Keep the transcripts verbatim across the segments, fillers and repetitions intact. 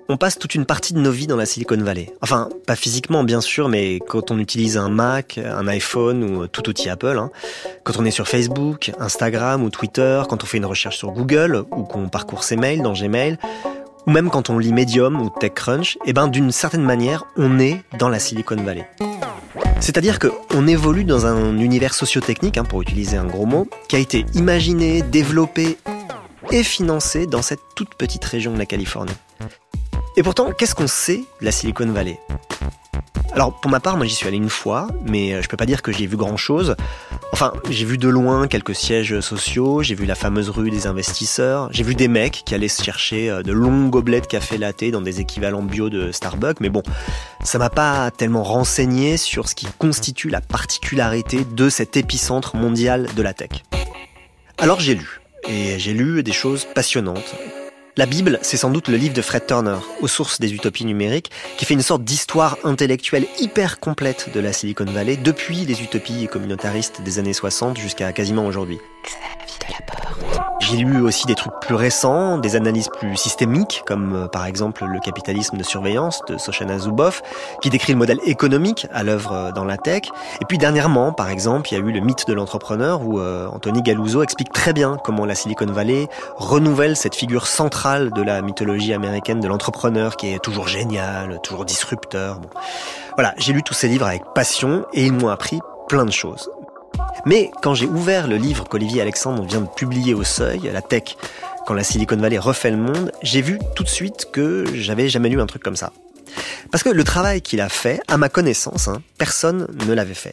On passe toute une partie de nos vies dans la Silicon Valley. Enfin, pas physiquement bien sûr, mais quand on utilise un Mac, un iPhone ou tout outil Apple, hein, quand on est sur Facebook, Instagram ou Twitter, quand on fait une recherche sur Google ou qu'on parcourt ses mails dans Gmail, ou même quand on lit Medium ou TechCrunch, eh ben d'une certaine manière, on est dans la Silicon Valley. C'est-à-dire qu'on évolue dans un univers socio-technique, hein, pour utiliser un gros mot, qui a été imaginé, développé et financé dans cette toute petite région de la Californie. Et pourtant, qu'est-ce qu'on sait de la Silicon Valley ? Alors, pour ma part, moi j'y suis allé une fois, mais je peux pas dire que j'y ai vu grand-chose. Enfin, j'ai vu de loin quelques sièges sociaux, j'ai vu la fameuse rue des investisseurs, j'ai vu des mecs qui allaient se chercher de longs gobelets de café latte dans des équivalents bio de Starbucks, mais bon, ça m'a pas tellement renseigné sur ce qui constitue la particularité de cet épicentre mondial de la tech. Alors j'ai lu, et j'ai lu des choses passionnantes. La Bible, c'est sans doute le livre de Fred Turner, aux sources des utopies numériques, qui fait une sorte d'histoire intellectuelle hyper complète de la Silicon Valley, depuis les utopies communautaristes des années soixante jusqu'à quasiment aujourd'hui. J'ai lu aussi des trucs plus récents, des analyses plus systémiques, comme euh, par exemple le capitalisme de surveillance de Shoshana Zuboff, qui décrit le modèle économique à l'œuvre dans la tech. Et puis dernièrement, par exemple, il y a eu le mythe de l'entrepreneur, où euh, Anthony Galuzzo explique très bien comment la Silicon Valley renouvelle cette figure centrale de la mythologie américaine de l'entrepreneur, qui est toujours génial, toujours disrupteur. Bon. Voilà, j'ai lu tous ces livres avec passion, et ils m'ont appris plein de choses. Mais quand j'ai ouvert le livre qu'Olivier Alexandre vient de publier au Seuil, La Tech, quand la Silicon Valley refait le monde, j'ai vu tout de suite que j'avais jamais lu un truc comme ça. Parce que le travail qu'il a fait, à ma connaissance, hein, personne ne l'avait fait.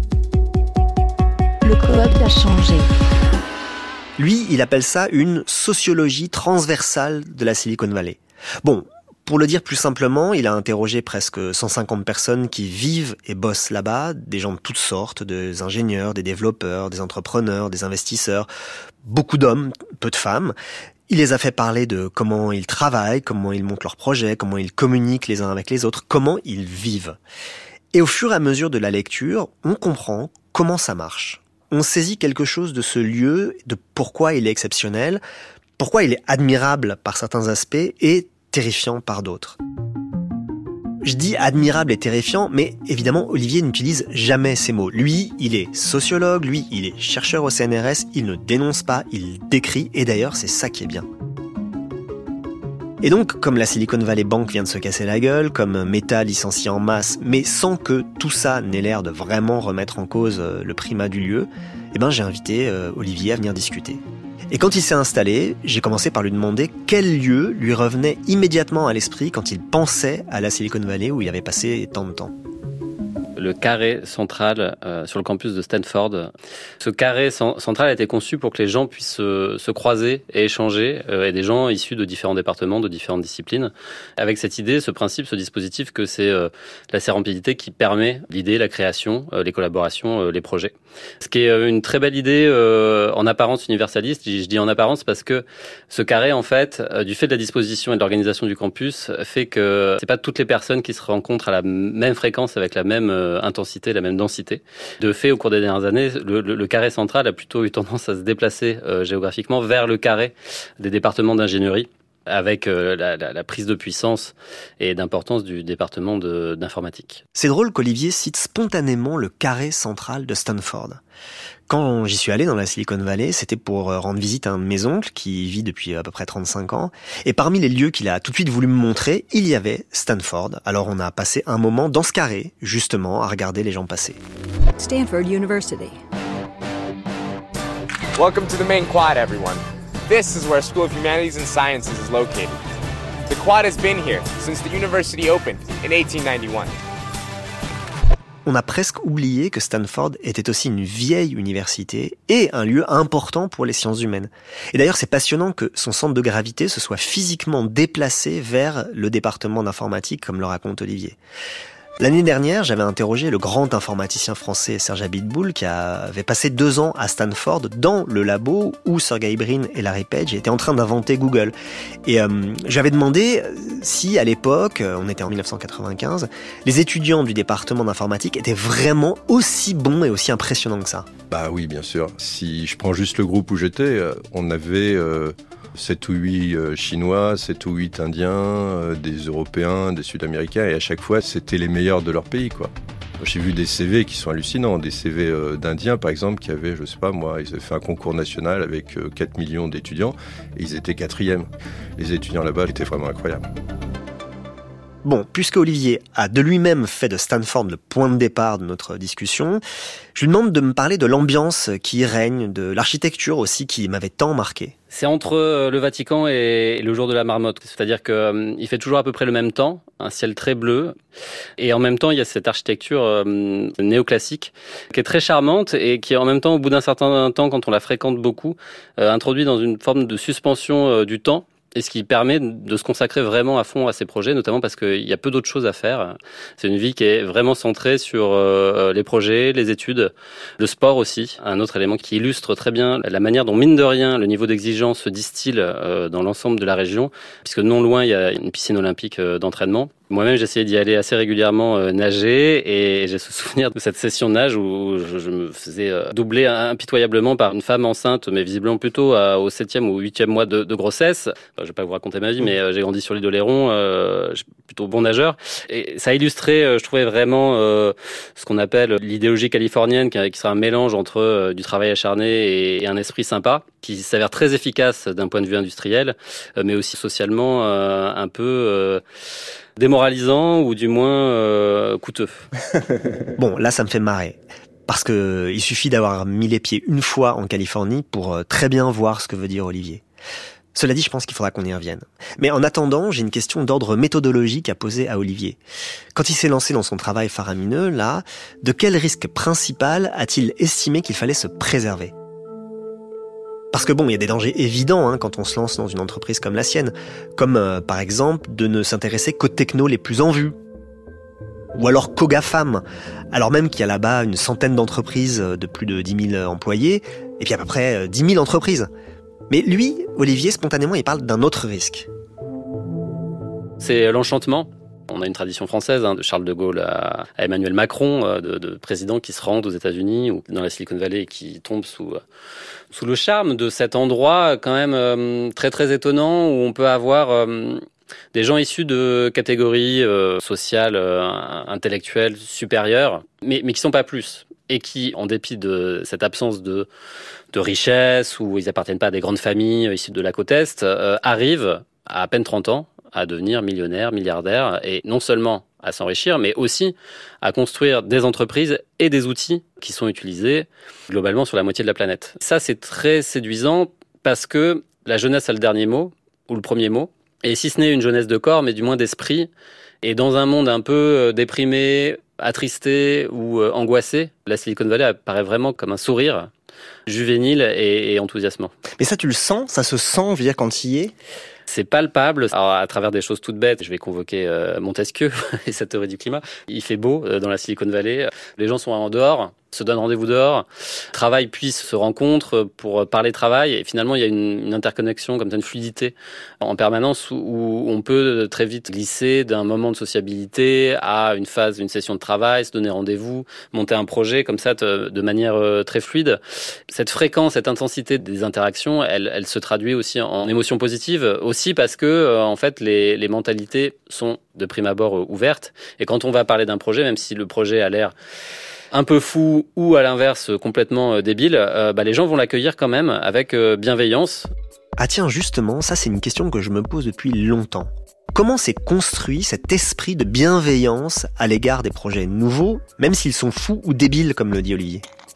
Le code a changé. Lui, il appelle ça une sociologie transversale de la Silicon Valley. Bon, pour le dire plus simplement, il a interrogé presque cent cinquante personnes qui vivent et bossent là-bas, des gens de toutes sortes, des ingénieurs, des développeurs, des entrepreneurs, des investisseurs, beaucoup d'hommes, peu de femmes. Il les a fait parler de comment ils travaillent, comment ils montent leurs projets, comment ils communiquent les uns avec les autres, comment ils vivent. Et au fur et à mesure de la lecture, on comprend comment ça marche. On saisit quelque chose de ce lieu, de pourquoi il est exceptionnel, pourquoi il est admirable par certains aspects et terrifiant par d'autres. Je dis admirable et terrifiant, mais évidemment, Olivier n'utilise jamais ces mots. Lui, il est sociologue, lui, il est chercheur au C N R S, il ne dénonce pas, il décrit, et d'ailleurs, c'est ça qui est bien. Et donc, comme la Silicon Valley Bank vient de se casser la gueule, comme Meta licencie en masse, mais sans que tout ça n'ait l'air de vraiment remettre en cause le primat du lieu, eh ben, j'ai invité Olivier à venir discuter. Et quand il s'est installé, j'ai commencé par lui demander quel lieu lui revenait immédiatement à l'esprit quand il pensait à la Silicon Valley où il avait passé tant de temps. Le carré central euh, sur le campus de Stanford. Ce carré cent- central a été conçu pour que les gens puissent se, se croiser et échanger, euh, et des gens issus de différents départements, de différentes disciplines, avec cette idée, ce principe, ce dispositif que c'est euh, la sérendipité qui permet l'idée, la création, euh, les collaborations, euh, les projets. Ce qui est euh, une très belle idée euh, en apparence universaliste. Je dis en apparence parce que ce carré, en fait, euh, du fait de la disposition et de l'organisation du campus, fait que c'est pas toutes les personnes qui se rencontrent à la même fréquence avec la même euh, intensité, la même densité. De fait, au cours des dernières années, le, le, le carré central a plutôt eu tendance à se déplacer euh, géographiquement vers le carré des départements d'ingénierie, avec euh, la, la, la prise de puissance et d'importance du département de, d'informatique. C'est drôle qu'Olivier cite spontanément le carré central de Stanford. Quand j'y suis allé dans la Silicon Valley, c'était pour rendre visite à un de mes oncles qui vit depuis à peu près trente-cinq ans. Et parmi les lieux qu'il a tout de suite voulu me montrer, il y avait Stanford. Alors on a passé un moment dans ce carré, justement, à regarder les gens passer. Stanford University. Welcome to the main quad, everyone. This is where School of Humanities and Sciences is located. The quad has been here since the university opened in eighteen ninety-one. On a presque oublié que Stanford était aussi une vieille université et un lieu important pour les sciences humaines. Et d'ailleurs, c'est passionnant que son centre de gravité se soit physiquement déplacé vers le département d'informatique, comme le raconte Olivier. L'année dernière, j'avais interrogé le grand informaticien français Serge Abitboul qui avait passé deux ans à Stanford dans le labo où Sergey Brin et Larry Page étaient en train d'inventer Google. Et euh, j'avais demandé si, à l'époque, on était en dix-neuf cent quatre-vingt-quinze, les étudiants du département d'informatique étaient vraiment aussi bons et aussi impressionnants que ça. Bah oui, bien sûr. Si je prends juste le groupe où j'étais, on avait... Euh sept ou huit euh, Chinois, sept ou huit Indiens, euh, des Européens, des Sud-Américains, et à chaque fois, c'était les meilleurs de leur pays, quoi. J'ai vu des C V qui sont hallucinants, des C V euh, d'Indiens, par exemple, qui avaient, je sais pas moi, ils avaient fait un concours national avec euh, quatre millions d'étudiants, et ils étaient quatrièmes. Les étudiants là-bas étaient vraiment incroyables. Bon, puisque Olivier a de lui-même fait de Stanford le point de départ de notre discussion, je lui demande de me parler de l'ambiance qui y règne, de l'architecture aussi qui m'avait tant marqué. C'est entre le Vatican et le jour de la marmotte. C'est-à-dire qu'il euh, fait toujours à peu près le même temps, un ciel très bleu. Et en même temps, il y a cette architecture euh, néoclassique qui est très charmante et qui, en même temps, au bout d'un certain temps, quand on la fréquente beaucoup, euh, introduit dans une forme de suspension euh, du temps. Et ce qui permet de se consacrer vraiment à fond à ces projets, notamment parce qu'il y a peu d'autres choses à faire. C'est une vie qui est vraiment centrée sur euh, les projets, les études, le sport aussi. Un autre élément qui illustre très bien la manière dont, mine de rien, le niveau d'exigence se distille euh, dans l'ensemble de la région, puisque non loin, il y a une piscine olympique euh, d'entraînement. Moi-même, j'essayais d'y aller assez régulièrement euh, nager et j'ai ce souvenir de cette session de nage où je, je me faisais euh, doubler impitoyablement par une femme enceinte, mais visiblement plutôt à, au septième ou huitième mois de, de grossesse. Enfin, je vais pas vous raconter ma vie, mais euh, j'ai grandi sur l'île d'Oléron, euh, je suis plutôt bon nageur. Et ça illustrait, euh, je trouvais vraiment euh, ce qu'on appelle l'idéologie californienne, qui, qui sera un mélange entre euh, du travail acharné et, et un esprit sympa, qui s'avère très efficace d'un point de vue industriel, euh, mais aussi socialement euh, un peu... Euh, démoralisant ou du moins euh, coûteux. Bon, là, ça me fait marrer. Parce que il suffit d'avoir mis les pieds une fois en Californie pour très bien voir ce que veut dire Olivier. Cela dit, je pense qu'il faudra qu'on y revienne. Mais en attendant, j'ai une question d'ordre méthodologique à poser à Olivier. Quand il s'est lancé dans son travail faramineux, là, de quel risque principal a-t-il estimé qu'il fallait se préserver ? Parce que bon, il y a des dangers évidents hein, quand on se lance dans une entreprise comme la sienne, comme euh, par exemple de ne s'intéresser qu'aux technos les plus en vue, ou alors qu'aux GAFAM, alors même qu'il y a là-bas une centaine d'entreprises de plus de dix mille employés, et puis à peu près dix mille entreprises. Mais lui, Olivier, spontanément, il parle d'un autre risque. C'est l'enchantement. On a une tradition française, hein, de Charles de Gaulle à, à Emmanuel Macron, euh, de, de présidents qui se rendent aux États-Unis ou dans la Silicon Valley et qui tombent sous, euh, sous le charme de cet endroit quand même euh, très très étonnant où on peut avoir euh, des gens issus de catégories euh, sociales, euh, intellectuelles supérieures, mais, mais qui ne sont pas plus. Et qui, en dépit de cette absence de, de richesse, où ils n'appartiennent pas à des grandes familles issues de la côte Est, euh, arrivent à à peine trente ans à devenir millionnaires, milliardaires, et non seulement à s'enrichir, mais aussi à construire des entreprises et des outils qui sont utilisés globalement sur la moitié de la planète. Ça, c'est très séduisant parce que la jeunesse a le dernier mot, ou le premier mot, et si ce n'est une jeunesse de corps, mais du moins d'esprit, et dans un monde un peu déprimé, attristé ou angoissé, la Silicon Valley apparaît vraiment comme un sourire juvénile et, et enthousiasmant. Mais ça, tu le sens ? Ça se sent, je veux dire, quand tu y es ? C'est palpable. Alors, à travers des choses toutes bêtes, je vais convoquer euh, Montesquieu et sa théorie du climat. Il fait beau euh, dans la Silicon Valley. Les gens sont en dehors, se donnent rendez-vous dehors, travaillent puis se rencontrent pour parler travail. Et finalement, il y a une, une interconnexion, comme ça, une fluidité en permanence où, où on peut très vite glisser d'un moment de sociabilité à une phase, une session de travail, se donner rendez-vous, monter un projet comme ça de, de manière euh, très fluide. Cette fréquence, cette intensité des interactions, elle, elle se traduit aussi en émotions positives, aussi parce que euh, en fait les, les mentalités sont de prime abord euh, ouvertes. Et quand on va parler d'un projet, même si le projet a l'air un peu fou ou à l'inverse complètement euh, débile, euh, bah, les gens vont l'accueillir quand même avec euh, bienveillance. Ah tiens, justement, ça c'est une question que je me pose depuis longtemps. Comment s'est construit cet esprit de bienveillance à l'égard des projets nouveaux, même s'ils sont fous ou débiles, comme le dit Olivier ?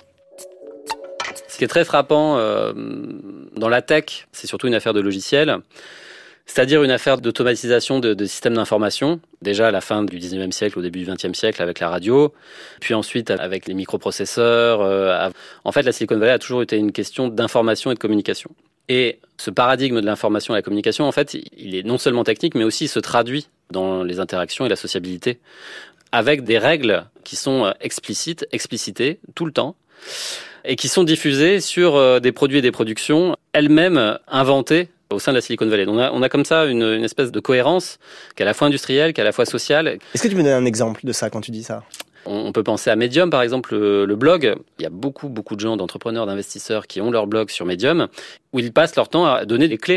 Ce qui est très frappant euh, dans la tech, c'est surtout une affaire de logiciel, c'est-à-dire une affaire d'automatisation de, de systèmes d'information, déjà à la fin du dix-neuvième siècle, au début du vingtième siècle avec la radio, puis ensuite avec les microprocesseurs. Euh, en fait, la Silicon Valley a toujours été une question d'information et de communication. Et ce paradigme de l'information et de la communication, en fait, il est non seulement technique, mais aussi il se traduit dans les interactions et la sociabilité, avec des règles qui sont explicites, explicitées, tout le temps, et qui sont diffusées sur euh, des produits et des productions elles-mêmes inventées au sein de la Silicon Valley. On a, on a comme ça une, une espèce de cohérence qui est à la fois industrielle, qui est à la fois sociale. Est-ce que tu me donnes un exemple de ça quand tu dis ça ? On, on peut penser à Medium, par exemple, le, le blog. Il y a beaucoup, beaucoup de gens, d'entrepreneurs, d'investisseurs qui ont leur blog sur Medium, où ils passent leur temps à donner des clés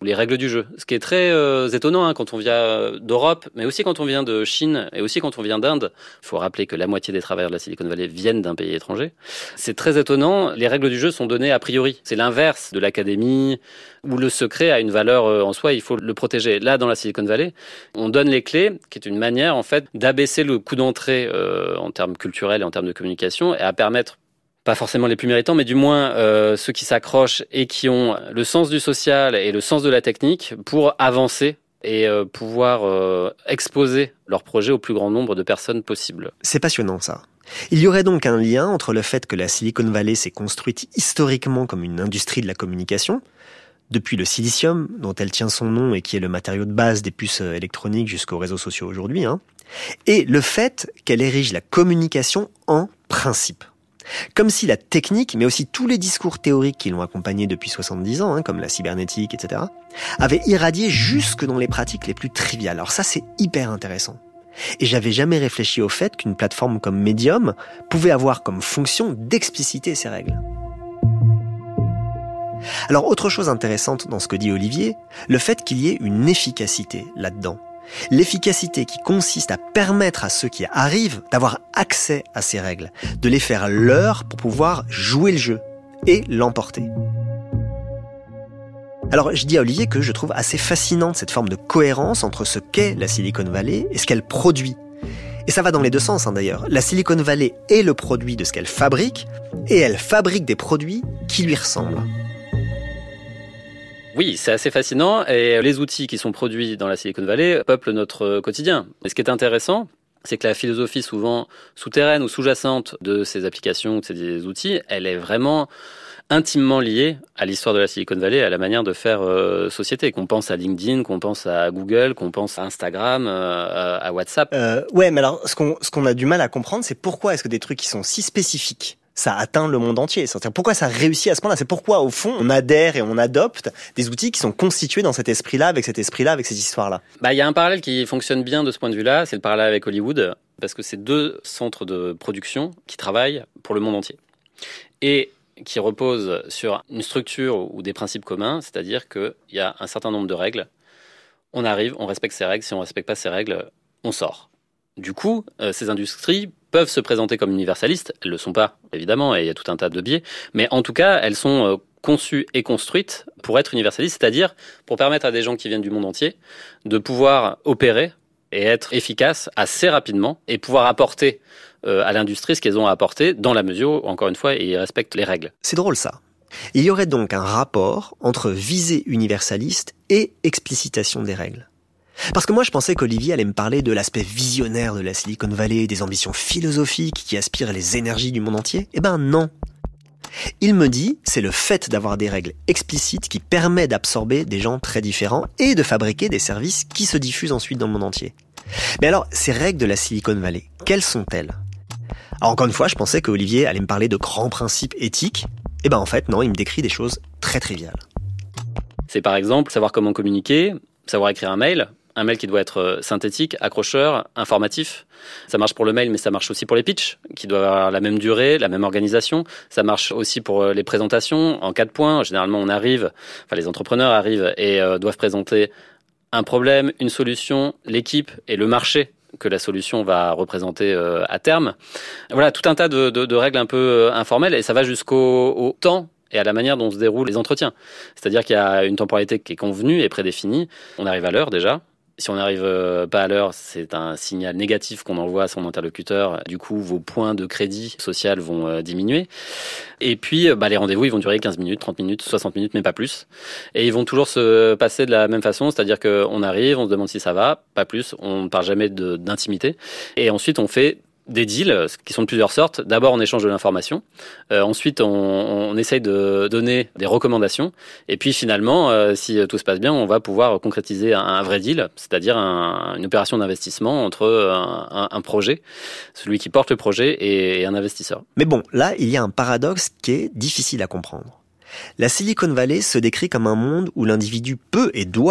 ou les règles du jeu. Ce qui est très euh, étonnant hein, quand on vient d'Europe, mais aussi quand on vient de Chine et aussi quand on vient d'Inde. Il faut rappeler que la moitié des travailleurs de la Silicon Valley viennent d'un pays étranger. C'est très étonnant. Les règles du jeu sont données a priori. C'est l'inverse de l'académie où le secret a une valeur euh, en soi, il faut le protéger. Là, dans la Silicon Valley, on donne les clés, qui est une manière en fait d'abaisser le coût d'entrée euh, en termes culturels et en termes de communication et à permettre pas forcément les plus méritants, mais du moins euh, ceux qui s'accrochent et qui ont le sens du social et le sens de la technique pour avancer et euh, pouvoir euh, exposer leur projet au plus grand nombre de personnes possible. C'est passionnant ça. Il y aurait donc un lien entre le fait que la Silicon Valley s'est construite historiquement comme une industrie de la communication, depuis le silicium, dont elle tient son nom et qui est le matériau de base des puces électroniques jusqu'aux réseaux sociaux aujourd'hui, hein, et le fait qu'elle érige la communication en principe. Comme si la technique, mais aussi tous les discours théoriques qui l'ont accompagnée depuis soixante-dix ans, hein, comme la cybernétique, et cetera, avaient irradié jusque dans les pratiques les plus triviales. Alors ça, c'est hyper intéressant. Et j'avais jamais réfléchi au fait qu'une plateforme comme Medium pouvait avoir comme fonction d'expliciter ces règles. Alors, autre chose intéressante dans ce que dit Olivier, le fait qu'il y ait une efficacité là-dedans. L'efficacité qui consiste à permettre à ceux qui arrivent d'avoir accès à ces règles, de les faire leurs pour pouvoir jouer le jeu et l'emporter. Alors, je dis à Olivier que je trouve assez fascinante cette forme de cohérence entre ce qu'est la Silicon Valley et ce qu'elle produit. Et ça va dans les deux sens, hein, d'ailleurs. La Silicon Valley est le produit de ce qu'elle fabrique, et elle fabrique des produits qui lui ressemblent. Oui, c'est assez fascinant et les outils qui sont produits dans la Silicon Valley peuplent notre quotidien. Et ce qui est intéressant, c'est que la philosophie souvent souterraine ou sous-jacente de ces applications, de ces outils, elle est vraiment intimement liée à l'histoire de la Silicon Valley, à la manière de faire euh, société. Qu'on pense à LinkedIn, qu'on pense à Google, qu'on pense à Instagram, euh, à WhatsApp. Euh, ouais, mais alors ce qu'on, ce qu'on a du mal à comprendre, c'est pourquoi est-ce que des trucs qui sont si spécifiques, ça atteint le monde entier. C'est-à-dire pourquoi ça réussit à ce point-là. C'est pourquoi, au fond, on adhère et on adopte des outils qui sont constitués dans cet esprit-là, avec cet esprit-là, avec ces histoires-là. Bah, il y a un parallèle qui fonctionne bien de ce point de vue-là, c'est le parallèle avec Hollywood, parce que c'est deux centres de production qui travaillent pour le monde entier. Et qui reposent sur une structure ou des principes communs, c'est-à-dire qu'il y a un certain nombre de règles. On arrive, on respecte ces règles. Si on ne respecte pas ces règles, on sort. Du coup, euh, ces industries peuvent se présenter comme universalistes. Elles ne le sont pas, évidemment, et il y a tout un tas de biais. Mais en tout cas, elles sont euh, conçues et construites pour être universalistes, c'est-à-dire pour permettre à des gens qui viennent du monde entier de pouvoir opérer et être efficaces assez rapidement et pouvoir apporter euh, à l'industrie ce qu'elles ont à apporter dans la mesure où, encore une fois, ils respectent les règles. C'est drôle ça. Il y aurait donc un rapport entre visée universaliste et explicitation des règles. Parce que moi, je pensais qu'Olivier allait me parler de l'aspect visionnaire de la Silicon Valley, des ambitions philosophiques qui aspirent les énergies du monde entier. Eh ben non. Il me dit, c'est le fait d'avoir des règles explicites qui permet d'absorber des gens très différents et de fabriquer des services qui se diffusent ensuite dans le monde entier. Mais alors, ces règles de la Silicon Valley, quelles sont-elles ? Alors encore une fois, je pensais qu'Olivier allait me parler de grands principes éthiques. Eh ben en fait, non, il me décrit des choses très triviales. C'est par exemple savoir comment communiquer, savoir écrire un mail, un mail qui doit être synthétique, accrocheur, informatif. Ça marche pour le mail, mais ça marche aussi pour les pitchs, qui doivent avoir la même durée, la même organisation. Ça marche aussi pour les présentations, en quatre points. Généralement, on arrive, enfin les entrepreneurs arrivent et euh, doivent présenter un problème, une solution, l'équipe et le marché que la solution va représenter euh, à terme. Voilà, tout un tas de, de, de règles un peu euh, informelles, et ça va jusqu'au au temps et à la manière dont se déroulent les entretiens. C'est-à-dire qu'il y a une temporalité qui est convenue et prédéfinie. On arrive à l'heure déjà. Si on n'arrive pas à l'heure, c'est un signal négatif qu'on envoie à son interlocuteur. Du coup, vos points de crédit social vont euh, diminuer. Et puis, bah, les rendez-vous, ils vont durer quinze minutes, trente minutes, soixante minutes, mais pas plus. Et ils vont toujours se passer de la même façon, c'est-à-dire qu'on arrive, on se demande si ça va, pas plus, on ne parle jamais de, d'intimité. Et ensuite, on fait des deals qui sont de plusieurs sortes. D'abord, on échange de l'information. Euh, ensuite, on, on essaye de donner des recommandations. Et puis, finalement, euh, si tout se passe bien, on va pouvoir concrétiser un, un vrai deal, c'est-à-dire un, une opération d'investissement entre un, un, un projet, celui qui porte le projet, et, et un investisseur. Mais bon, là, il y a un paradoxe qui est difficile à comprendre. La Silicon Valley se décrit comme un monde où l'individu peut et doit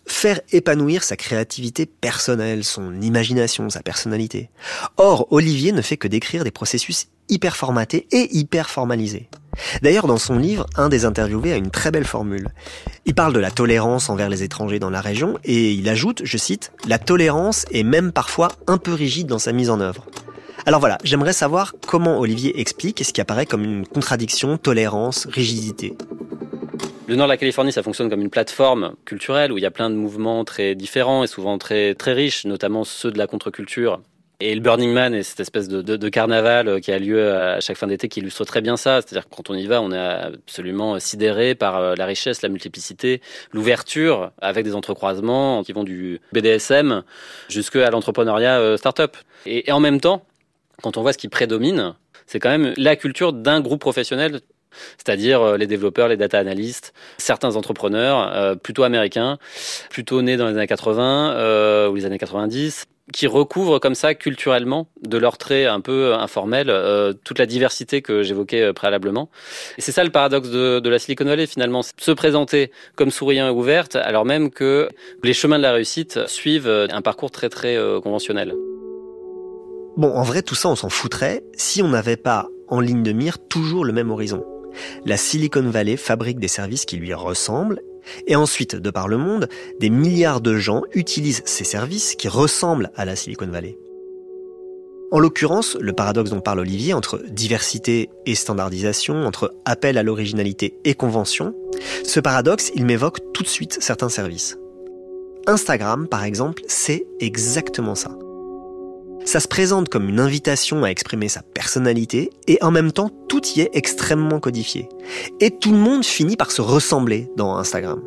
faire épanouir sa créativité personnelle, son imagination, sa personnalité. Or, Olivier ne fait que décrire des processus hyper formatés et hyper formalisés. D'ailleurs, dans son livre, un des interviewés a une très belle formule. Il parle de la tolérance envers les étrangers dans la région et il ajoute, je cite, « La tolérance est même parfois un peu rigide dans sa mise en œuvre ». Alors voilà, j'aimerais savoir comment Olivier explique ce qui apparaît comme une contradiction, tolérance, rigidité. Le nord de la Californie, ça fonctionne comme une plateforme culturelle où il y a plein de mouvements très différents et souvent très, très riches, notamment ceux de la contre-culture. Et le Burning Man est cette espèce de, de, de carnaval qui a lieu à chaque fin d'été qui illustre très bien ça. C'est-à-dire que quand on y va, on est absolument sidéré par la richesse, la multiplicité, l'ouverture avec des entrecroisements qui vont du B D S M jusqu'à l'entrepreneuriat start-up. Et, et en même temps, quand on voit ce qui prédomine, c'est quand même la culture d'un groupe professionnel, c'est-à-dire les développeurs, les data analysts, certains entrepreneurs euh, plutôt américains, plutôt nés dans les années quatre-vingts euh, ou les années quatre-vingt-dix, qui recouvrent comme ça culturellement de leurs traits un peu informels euh, toute la diversité que j'évoquais préalablement. Et c'est ça le paradoxe de, de la Silicon Valley finalement, c'est se présenter comme souriant et ouverte alors même que les chemins de la réussite suivent un parcours très très euh, conventionnel. Bon, en vrai, tout ça, on s'en foutrait si on n'avait pas en ligne de mire toujours le même horizon. La Silicon Valley fabrique des services qui lui ressemblent et ensuite, de par le monde, des milliards de gens utilisent ces services qui ressemblent à la Silicon Valley. En l'occurrence, le paradoxe dont parle Olivier entre diversité et standardisation, entre appel à l'originalité et convention, ce paradoxe, il m'évoque tout de suite certains services. Instagram, par exemple, c'est exactement ça. Ça se présente comme une invitation à exprimer sa personnalité et en même temps, tout y est extrêmement codifié. Et tout le monde finit par se ressembler dans Instagram.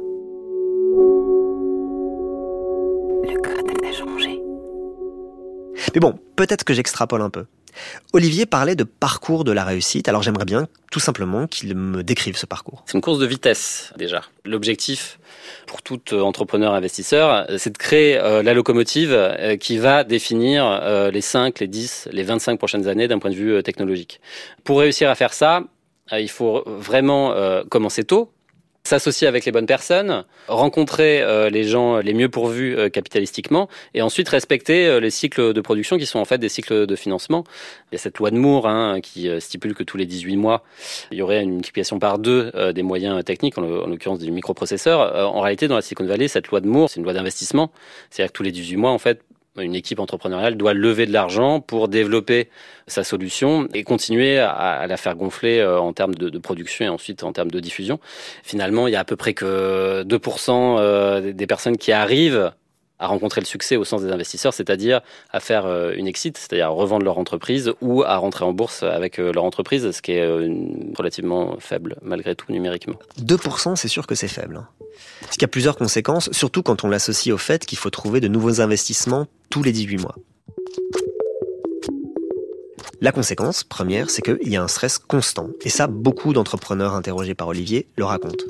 Le code a changé. Mais bon, peut-être que j'extrapole un peu. Olivier parlait de parcours de la réussite, alors j'aimerais bien tout simplement qu'il me décrive ce parcours. C'est une course de vitesse déjà. L'objectif pour tout entrepreneur investisseur, c'est de créer euh, la locomotive euh, qui va définir euh, les cinq, les dix, les vingt-cinq prochaines années d'un point de vue euh, technologique. Pour réussir à faire ça, euh, il faut vraiment euh, commencer tôt, s'associer avec les bonnes personnes, rencontrer euh, les gens les mieux pourvus euh, capitalistiquement et ensuite respecter euh, les cycles de production qui sont en fait des cycles de financement. Il y a cette loi de Moore hein, qui euh, stipule que tous les dix-huit mois, il y aurait une multiplication par deux euh, des moyens techniques, en, en l'occurrence des microprocesseurs. Euh, en réalité, dans la Silicon Valley, cette loi de Moore, c'est une loi d'investissement. C'est-à-dire que tous les dix-huit mois, en fait, une équipe entrepreneuriale doit lever de l'argent pour développer sa solution et continuer à, à la faire gonfler en termes de, de production et ensuite en termes de diffusion. Finalement, il y a à peu près que deux pour cent des personnes qui arrivent à rencontrer le succès au sens des investisseurs, c'est-à-dire à faire une exit, c'est-à-dire à revendre leur entreprise ou à rentrer en bourse avec leur entreprise, ce qui est relativement faible malgré tout numériquement. deux pour cent, c'est sûr que c'est faible. Ce qui a plusieurs conséquences, surtout quand on l'associe au fait qu'il faut trouver de nouveaux investissements tous les dix-huit mois. La conséquence première, c'est qu'il y a un stress constant. Et ça, beaucoup d'entrepreneurs interrogés par Olivier le racontent.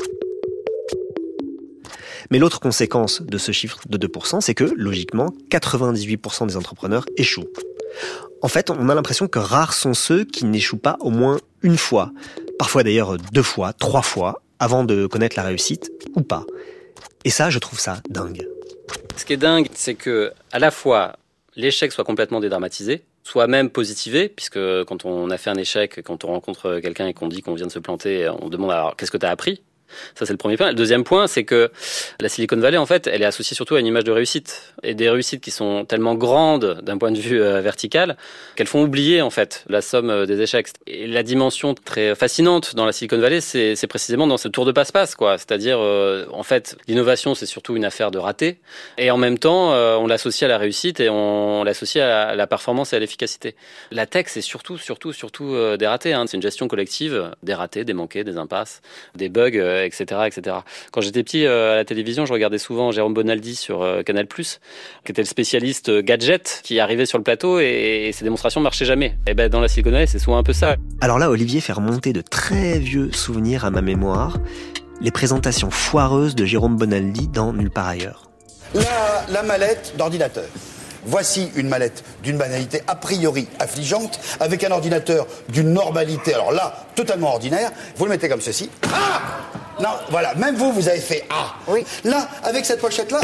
Mais l'autre conséquence de ce chiffre de deux pour cent, c'est que, logiquement, quatre-vingt-dix-huit pour cent des entrepreneurs échouent. En fait, on a l'impression que rares sont ceux qui n'échouent pas au moins une fois, parfois d'ailleurs deux fois, trois fois, avant de connaître la réussite, ou pas. Et ça, je trouve ça dingue. Ce qui est dingue, c'est que, à la fois, l'échec soit complètement dédramatisé, soit même positivé, puisque quand on a fait un échec, quand on rencontre quelqu'un et qu'on dit qu'on vient de se planter, on demande alors qu'est-ce que tu as appris ? Ça, c'est le premier point. Le deuxième point, c'est que la Silicon Valley, en fait, elle est associée surtout à une image de réussite. Et des réussites qui sont tellement grandes d'un point de vue euh, vertical qu'elles font oublier, en fait, la somme euh, des échecs. Et la dimension très fascinante dans la Silicon Valley, c'est, c'est précisément dans ce tour de passe-passe, quoi. C'est-à-dire, euh, en fait, l'innovation, c'est surtout une affaire de raté. Et en même temps, euh, on l'associe à la réussite et on, on l'associe à la, à la performance et à l'efficacité. La tech, c'est surtout, surtout, surtout euh, des ratés, hein. C'est une gestion collective, des ratés, des manqués, des impasses, des bugs, euh, et cetera, et cetera. Quand j'étais petit euh, à la télévision, je regardais souvent Jérôme Bonaldi sur euh, Canal plus, qui était le spécialiste euh, gadget, qui arrivait sur le plateau et, et ses démonstrations marchaient jamais. Et ben dans la Silicon Valley, c'est souvent un peu ça. Alors là, Olivier fait remonter de très vieux souvenirs à ma mémoire, les présentations foireuses de Jérôme Bonaldi dans Nulle part ailleurs. La, la mallette d'ordinateur. Voici une mallette d'une banalité a priori affligeante, avec un ordinateur d'une normalité, alors là, totalement ordinaire. Vous le mettez comme ceci. Ah ! Non, voilà, même vous, vous avez fait Ah. Oui. Là, avec cette pochette-là,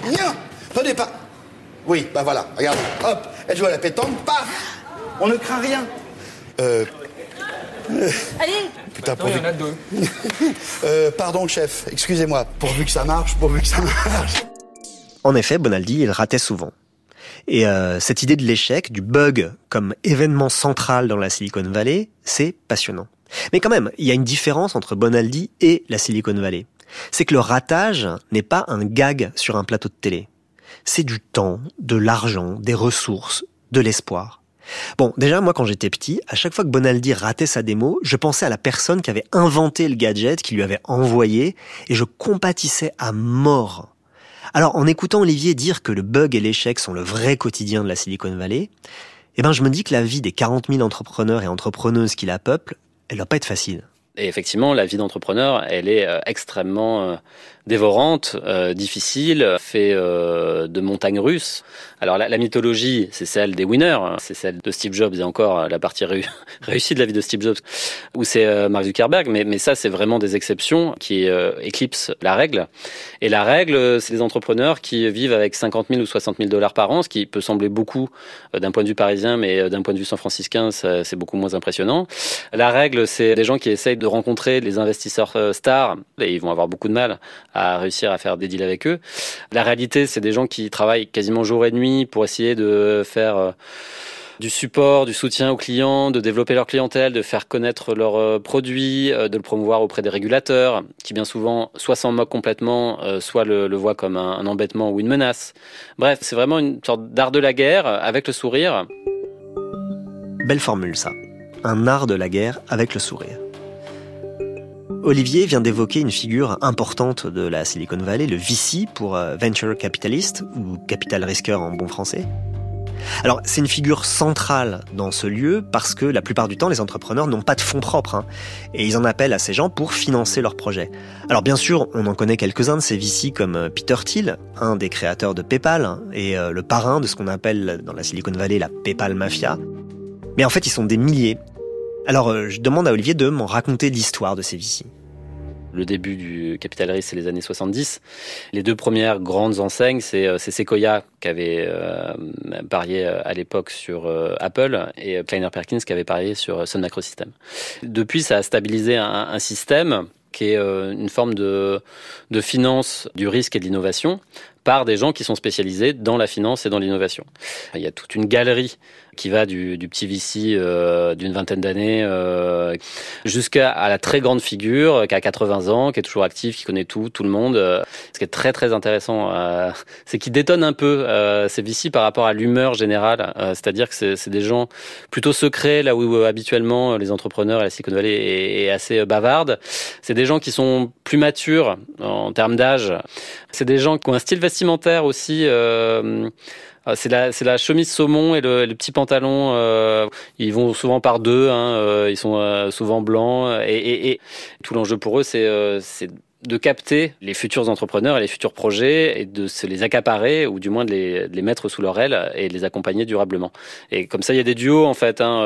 Nia, prenez pas. Oui, bah voilà, regarde, hop, elle joue à la pétanque, paf, on ne craint rien. Euh... Allez. Putain, pourvu... il y en a deux. euh, pardon, chef, excusez-moi, pourvu que ça marche, pourvu que ça marche. En effet, Bonaldi, il ratait souvent. Et euh, cette idée de l'échec, du bug comme événement central dans la Silicon Valley, c'est passionnant. Mais quand même, il y a une différence entre Bonaldi et la Silicon Valley. C'est que le ratage n'est pas un gag sur un plateau de télé. C'est du temps, de l'argent, des ressources, de l'espoir. Bon, déjà, moi, quand j'étais petit, à chaque fois que Bonaldi ratait sa démo, je pensais à la personne qui avait inventé le gadget, qui lui avait envoyé, et je compatissais à mort. Alors, en écoutant Olivier dire que le bug et l'échec sont le vrai quotidien de la Silicon Valley, eh ben, je me dis que la vie des quarante mille entrepreneurs et entrepreneuses qui la peuplent, elle doit pas être facile. Et effectivement, la vie d'entrepreneur, elle est euh, extrêmement euh, dévorante, euh, difficile, fait euh, de montagnes russes. Alors la, la mythologie, c'est celle des winners, hein, c'est celle de Steve Jobs et encore la partie réu- réussie de la vie de Steve Jobs, ou c'est euh, Mark Zuckerberg. Mais, mais ça, c'est vraiment des exceptions qui euh, éclipsent la règle. Et la règle, c'est des entrepreneurs qui vivent avec cinquante mille ou soixante mille dollars par an, ce qui peut sembler beaucoup euh, d'un point de vue parisien, mais euh, d'un point de vue san-franciscain, ça, c'est beaucoup moins impressionnant. La règle, c'est des gens qui essayent de rencontrer les investisseurs euh, stars, et ils vont avoir beaucoup de mal à réussir à faire des deals avec eux. La réalité, c'est des gens qui travaillent quasiment jour et nuit pour essayer de faire euh, du support, du soutien aux clients, de développer leur clientèle, de faire connaître leurs euh, produits, euh, de le promouvoir auprès des régulateurs, qui bien souvent soit s'en moquent complètement, euh, soit le, le voient comme un, un embêtement ou une menace. Bref, c'est vraiment une sorte d'art de la guerre avec le sourire. Belle formule, ça. Un art de la guerre avec le sourire. Olivier vient d'évoquer une figure importante de la Silicon Valley, le V C pour euh, Venture Capitalist, ou capital risqueur en bon français. Alors, c'est une figure centrale dans ce lieu parce que la plupart du temps, les entrepreneurs n'ont pas de fonds propres, hein, et ils en appellent à ces gens pour financer leurs projets. Alors bien sûr, on en connaît quelques-uns de ces V C comme Peter Thiel, un des créateurs de PayPal, hein, et euh, le parrain de ce qu'on appelle dans la Silicon Valley la PayPal Mafia. Mais en fait, ils sont des milliers. Alors, euh, je demande à Olivier de m'en raconter l'histoire de ces V C. Le début du capital risque, c'est les années soixante-dix. Les deux premières grandes enseignes, c'est, c'est Sequoia qui avait euh, parié à l'époque sur euh, Apple et Kleiner Perkins qui avait parié sur Sun Microsystems. Depuis, ça a stabilisé un, un système qui est euh, une forme de, de finance du risque et de l'innovation par des gens qui sont spécialisés dans la finance et dans l'innovation. Il y a toute une galerie qui va du, du petit V C euh, d'une vingtaine d'années euh, jusqu'à à la très grande figure qui a quatre-vingts ans, qui est toujours active, qui connaît tout, tout le monde. Euh, ce qui est très très intéressant, euh, c'est qu'ils détonnent un peu euh, ces V C par rapport à l'humeur générale. Euh, c'est-à-dire que c'est, c'est des gens plutôt secrets, là où euh, habituellement les entrepreneurs et la Silicon Valley est, est assez bavarde. C'est des gens qui sont plus matures en termes d'âge. C'est des gens qui ont un style vestimentaire aussi... Euh, C'est la, c'est la chemise saumon et le, le petit pantalon. Euh, ils vont souvent par deux. Hein, euh, ils sont euh, souvent blancs. Et, et, et tout l'enjeu pour eux, c'est, euh, c'est de capter les futurs entrepreneurs et les futurs projets et de se les accaparer ou du moins de les, de les mettre sous leur aile et de les accompagner durablement. Et comme ça, il y a des duos en fait. Hein,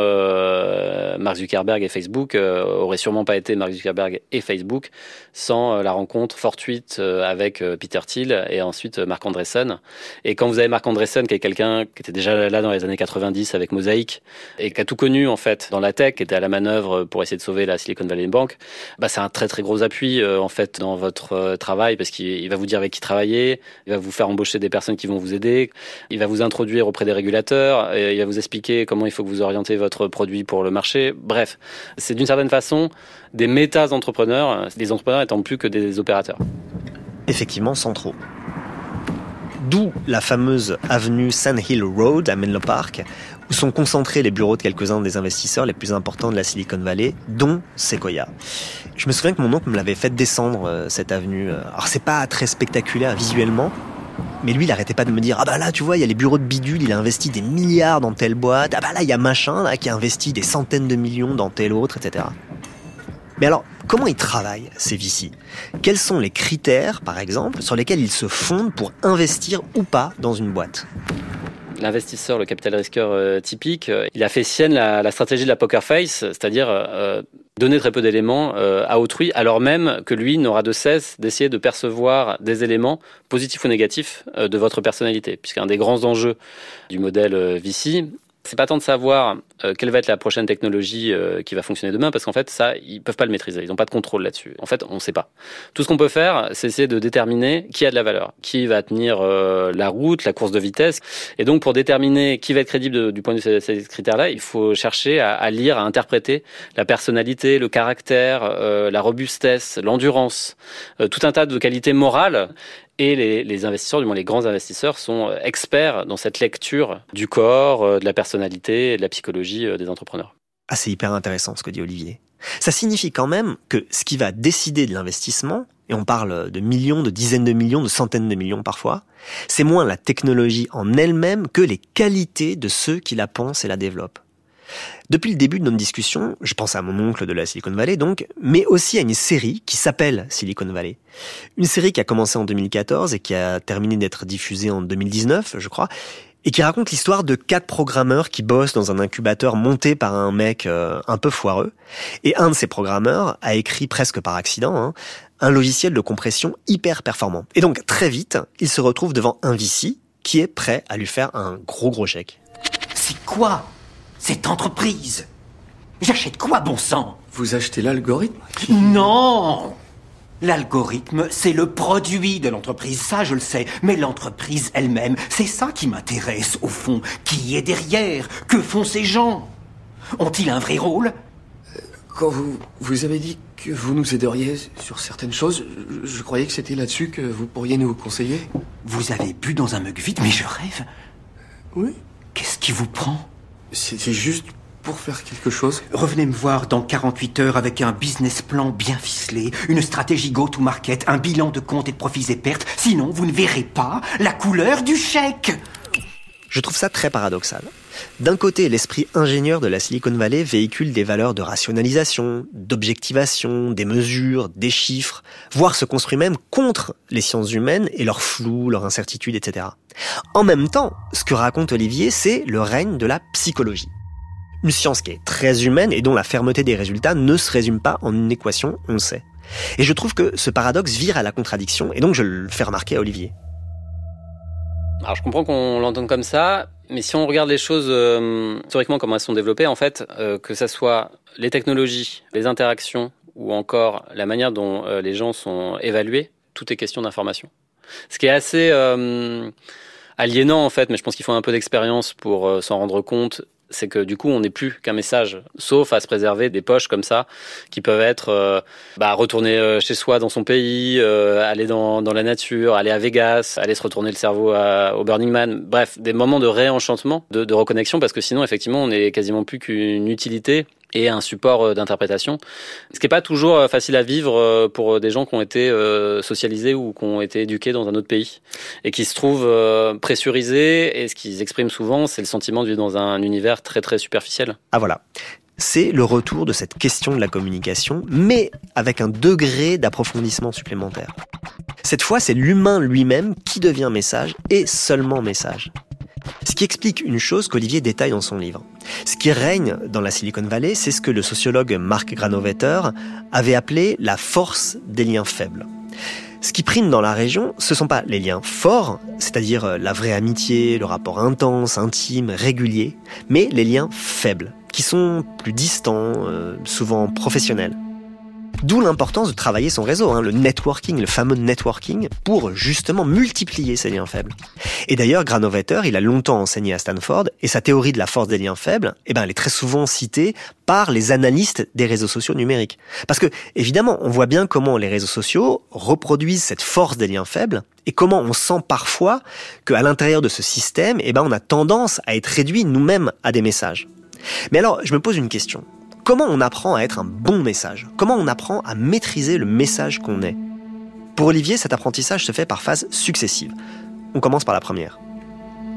euh, Mark Zuckerberg et Facebook euh, auraient sûrement pas été Mark Zuckerberg et Facebook sans euh, la rencontre fortuite euh, avec euh, Peter Thiel et ensuite euh, Marc Andreessen. Et quand vous avez Marc Andreessen, qui est quelqu'un qui était déjà là dans les années quatre-vingt-dix avec Mosaic et qui a tout connu en fait dans la tech, qui était à la manœuvre pour essayer de sauver la Silicon Valley Bank, bah c'est un très très gros appui euh, en fait dans votre travail parce qu'il va vous dire avec qui travailler, il va vous faire embaucher des personnes qui vont vous aider, il va vous introduire auprès des régulateurs, il va vous expliquer comment il faut que vous orientez votre produit pour le marché. Bref, c'est d'une certaine façon des méta-entrepreneurs, des entrepreneurs étant plus que des opérateurs. Effectivement, sans trop. D'où la fameuse avenue Sand Hill Road à Menlo Park, où sont concentrés les bureaux de quelques-uns des investisseurs les plus importants de la Silicon Valley, dont Sequoia. Je me souviens que mon oncle me l'avait fait descendre, euh, cette avenue. Alors c'est pas très spectaculaire visuellement, mais lui il arrêtait pas de me dire « Ah bah là tu vois, il y a les bureaux de bidule, il a investi des milliards dans telle boîte. Ah bah là il y a machin là, qui a investi des centaines de millions dans telle autre, et cetera » Mais alors, comment ils travaillent, ces V C ? Quels sont les critères, par exemple, sur lesquels ils se fondent pour investir ou pas dans une boîte ? l'investisseur, le capital risqueur euh, typique, euh, il a fait sienne la, la stratégie de la poker face, c'est-à-dire euh, donner très peu d'éléments euh, à autrui, alors même que lui n'aura de cesse d'essayer de percevoir des éléments positifs ou négatifs euh, de votre personnalité. Puisqu'un des grands enjeux du modèle euh, V C, c'est pas tant de savoir euh, quelle va être la prochaine technologie euh, qui va fonctionner demain, parce qu'en fait, ça, ils peuvent pas le maîtriser. Ils n'ont pas de contrôle là-dessus. En fait, on sait pas. Tout ce qu'on peut faire, c'est essayer de déterminer qui a de la valeur, qui va tenir euh, la route, la course de vitesse. Et donc, pour déterminer qui va être crédible de, du point de vue de ces, ces critères-là, il faut chercher à, à lire, à interpréter la personnalité, le caractère, euh, la robustesse, l'endurance, euh, tout un tas de qualités morales. Et les, les investisseurs, du moins les grands investisseurs, sont experts dans cette lecture du corps, de la personnalité et de la psychologie des entrepreneurs. Ah, c'est hyper intéressant ce que dit Olivier. Ça signifie quand même que ce qui va décider de l'investissement, et on parle de millions, de dizaines de millions, de centaines de millions parfois, c'est moins la technologie en elle-même que les qualités de ceux qui la pensent et la développent. Depuis le début de notre discussion, je pense à mon oncle de la Silicon Valley donc, mais aussi à une série qui s'appelle Silicon Valley. Une série qui a commencé en deux mille quatorze et qui a terminé d'être diffusée en deux mille dix-neuf, je crois, et qui raconte l'histoire de quatre programmeurs qui bossent dans un incubateur monté par un mec euh, un peu foireux. Et un de ces programmeurs a écrit presque par accident hein, un logiciel de compression hyper performant. Et donc très vite, il se retrouve devant un V C qui est prêt à lui faire un gros gros chèque. C'est quoi cette entreprise? J'achète quoi, bon sang? Vous achetez l'algorithme? Non! L'algorithme, c'est le produit de l'entreprise, ça je le sais. Mais l'entreprise elle-même, c'est ça qui m'intéresse, au fond. Qui est derrière? Que font ces gens? Ont-ils un vrai rôle? Quand vous, vous avez dit que vous nous aideriez sur certaines choses, je, je croyais que c'était là-dessus que vous pourriez nous conseiller. Vous avez bu dans un mug vide, mais je rêve. Oui. Qu'est-ce qui vous prend? C'était juste pour faire quelque chose. Revenez me voir dans quarante-huit heures avec un business plan bien ficelé, une stratégie go-to-market, un bilan de comptes et de profits et pertes. Sinon, vous ne verrez pas la couleur du chèque. Je trouve ça très paradoxal. D'un côté, l'esprit ingénieur de la Silicon Valley véhicule des valeurs de rationalisation, d'objectivation, des mesures, des chiffres, voire se construit même contre les sciences humaines et leur flou, leur incertitude, et cetera. En même temps, ce que raconte Olivier, c'est le règne de la psychologie. Une science qui est très humaine et dont la fermeté des résultats ne se résume pas en une équation, on le sait. Et je trouve que ce paradoxe vire à la contradiction, et donc je le fais remarquer à Olivier. Alors je comprends qu'on l'entende comme ça, mais si on regarde les choses euh, historiquement comment elles sont développées, en fait, euh, que ça soit les technologies, les interactions ou encore la manière dont euh, les gens sont évalués, tout est question d'information. Ce qui est assez euh, aliénant en fait, mais je pense qu'il faut un peu d'expérience pour euh, s'en rendre compte. C'est que du coup, on n'est plus qu'un message, sauf à se préserver des poches comme ça, qui peuvent être euh, bah, retourner euh, chez soi dans son pays, euh, aller dans, dans la nature, aller à Vegas, aller se retourner le cerveau à, au Burning Man. Bref, des moments de réenchantement, de, de reconnexion, parce que sinon, effectivement, on n'est quasiment plus qu'une utilité et un support d'interprétation. Ce qui n'est pas toujours facile à vivre pour des gens qui ont été socialisés ou qui ont été éduqués dans un autre pays et qui se trouvent pressurisés, et ce qu'ils expriment souvent, c'est le sentiment de vivre dans un univers très très superficiel. Ah voilà, c'est le retour de cette question de la communication, mais avec un degré d'approfondissement supplémentaire. Cette fois, c'est l'humain lui-même qui devient message, et seulement message. Ce qui explique une chose qu'Olivier détaille dans son livre. Ce qui règne dans la Silicon Valley, c'est ce que le sociologue Mark Granovetter avait appelé la force des liens faibles. Ce qui prime dans la région, ce ne sont pas les liens forts, c'est-à-dire la vraie amitié, le rapport intense, intime, régulier, mais les liens faibles, qui sont plus distants, euh, souvent professionnels. D'où l'importance de travailler son réseau, hein, le networking, le fameux networking, pour justement multiplier ces liens faibles. Et d'ailleurs, Granovetter, il a longtemps enseigné à Stanford, et sa théorie de la force des liens faibles, eh ben, elle est très souvent citée par les analystes des réseaux sociaux numériques. Parce que, évidemment, on voit bien comment les réseaux sociaux reproduisent cette force des liens faibles, et comment on sent parfois qu'à l'intérieur de ce système, eh ben, on a tendance à être réduit nous-mêmes à des messages. Mais alors, je me pose une question. Comment on apprend à être un bon message? Comment on apprend à maîtriser le message qu'on est? Pour Olivier, cet apprentissage se fait par phases successives. On commence par la première.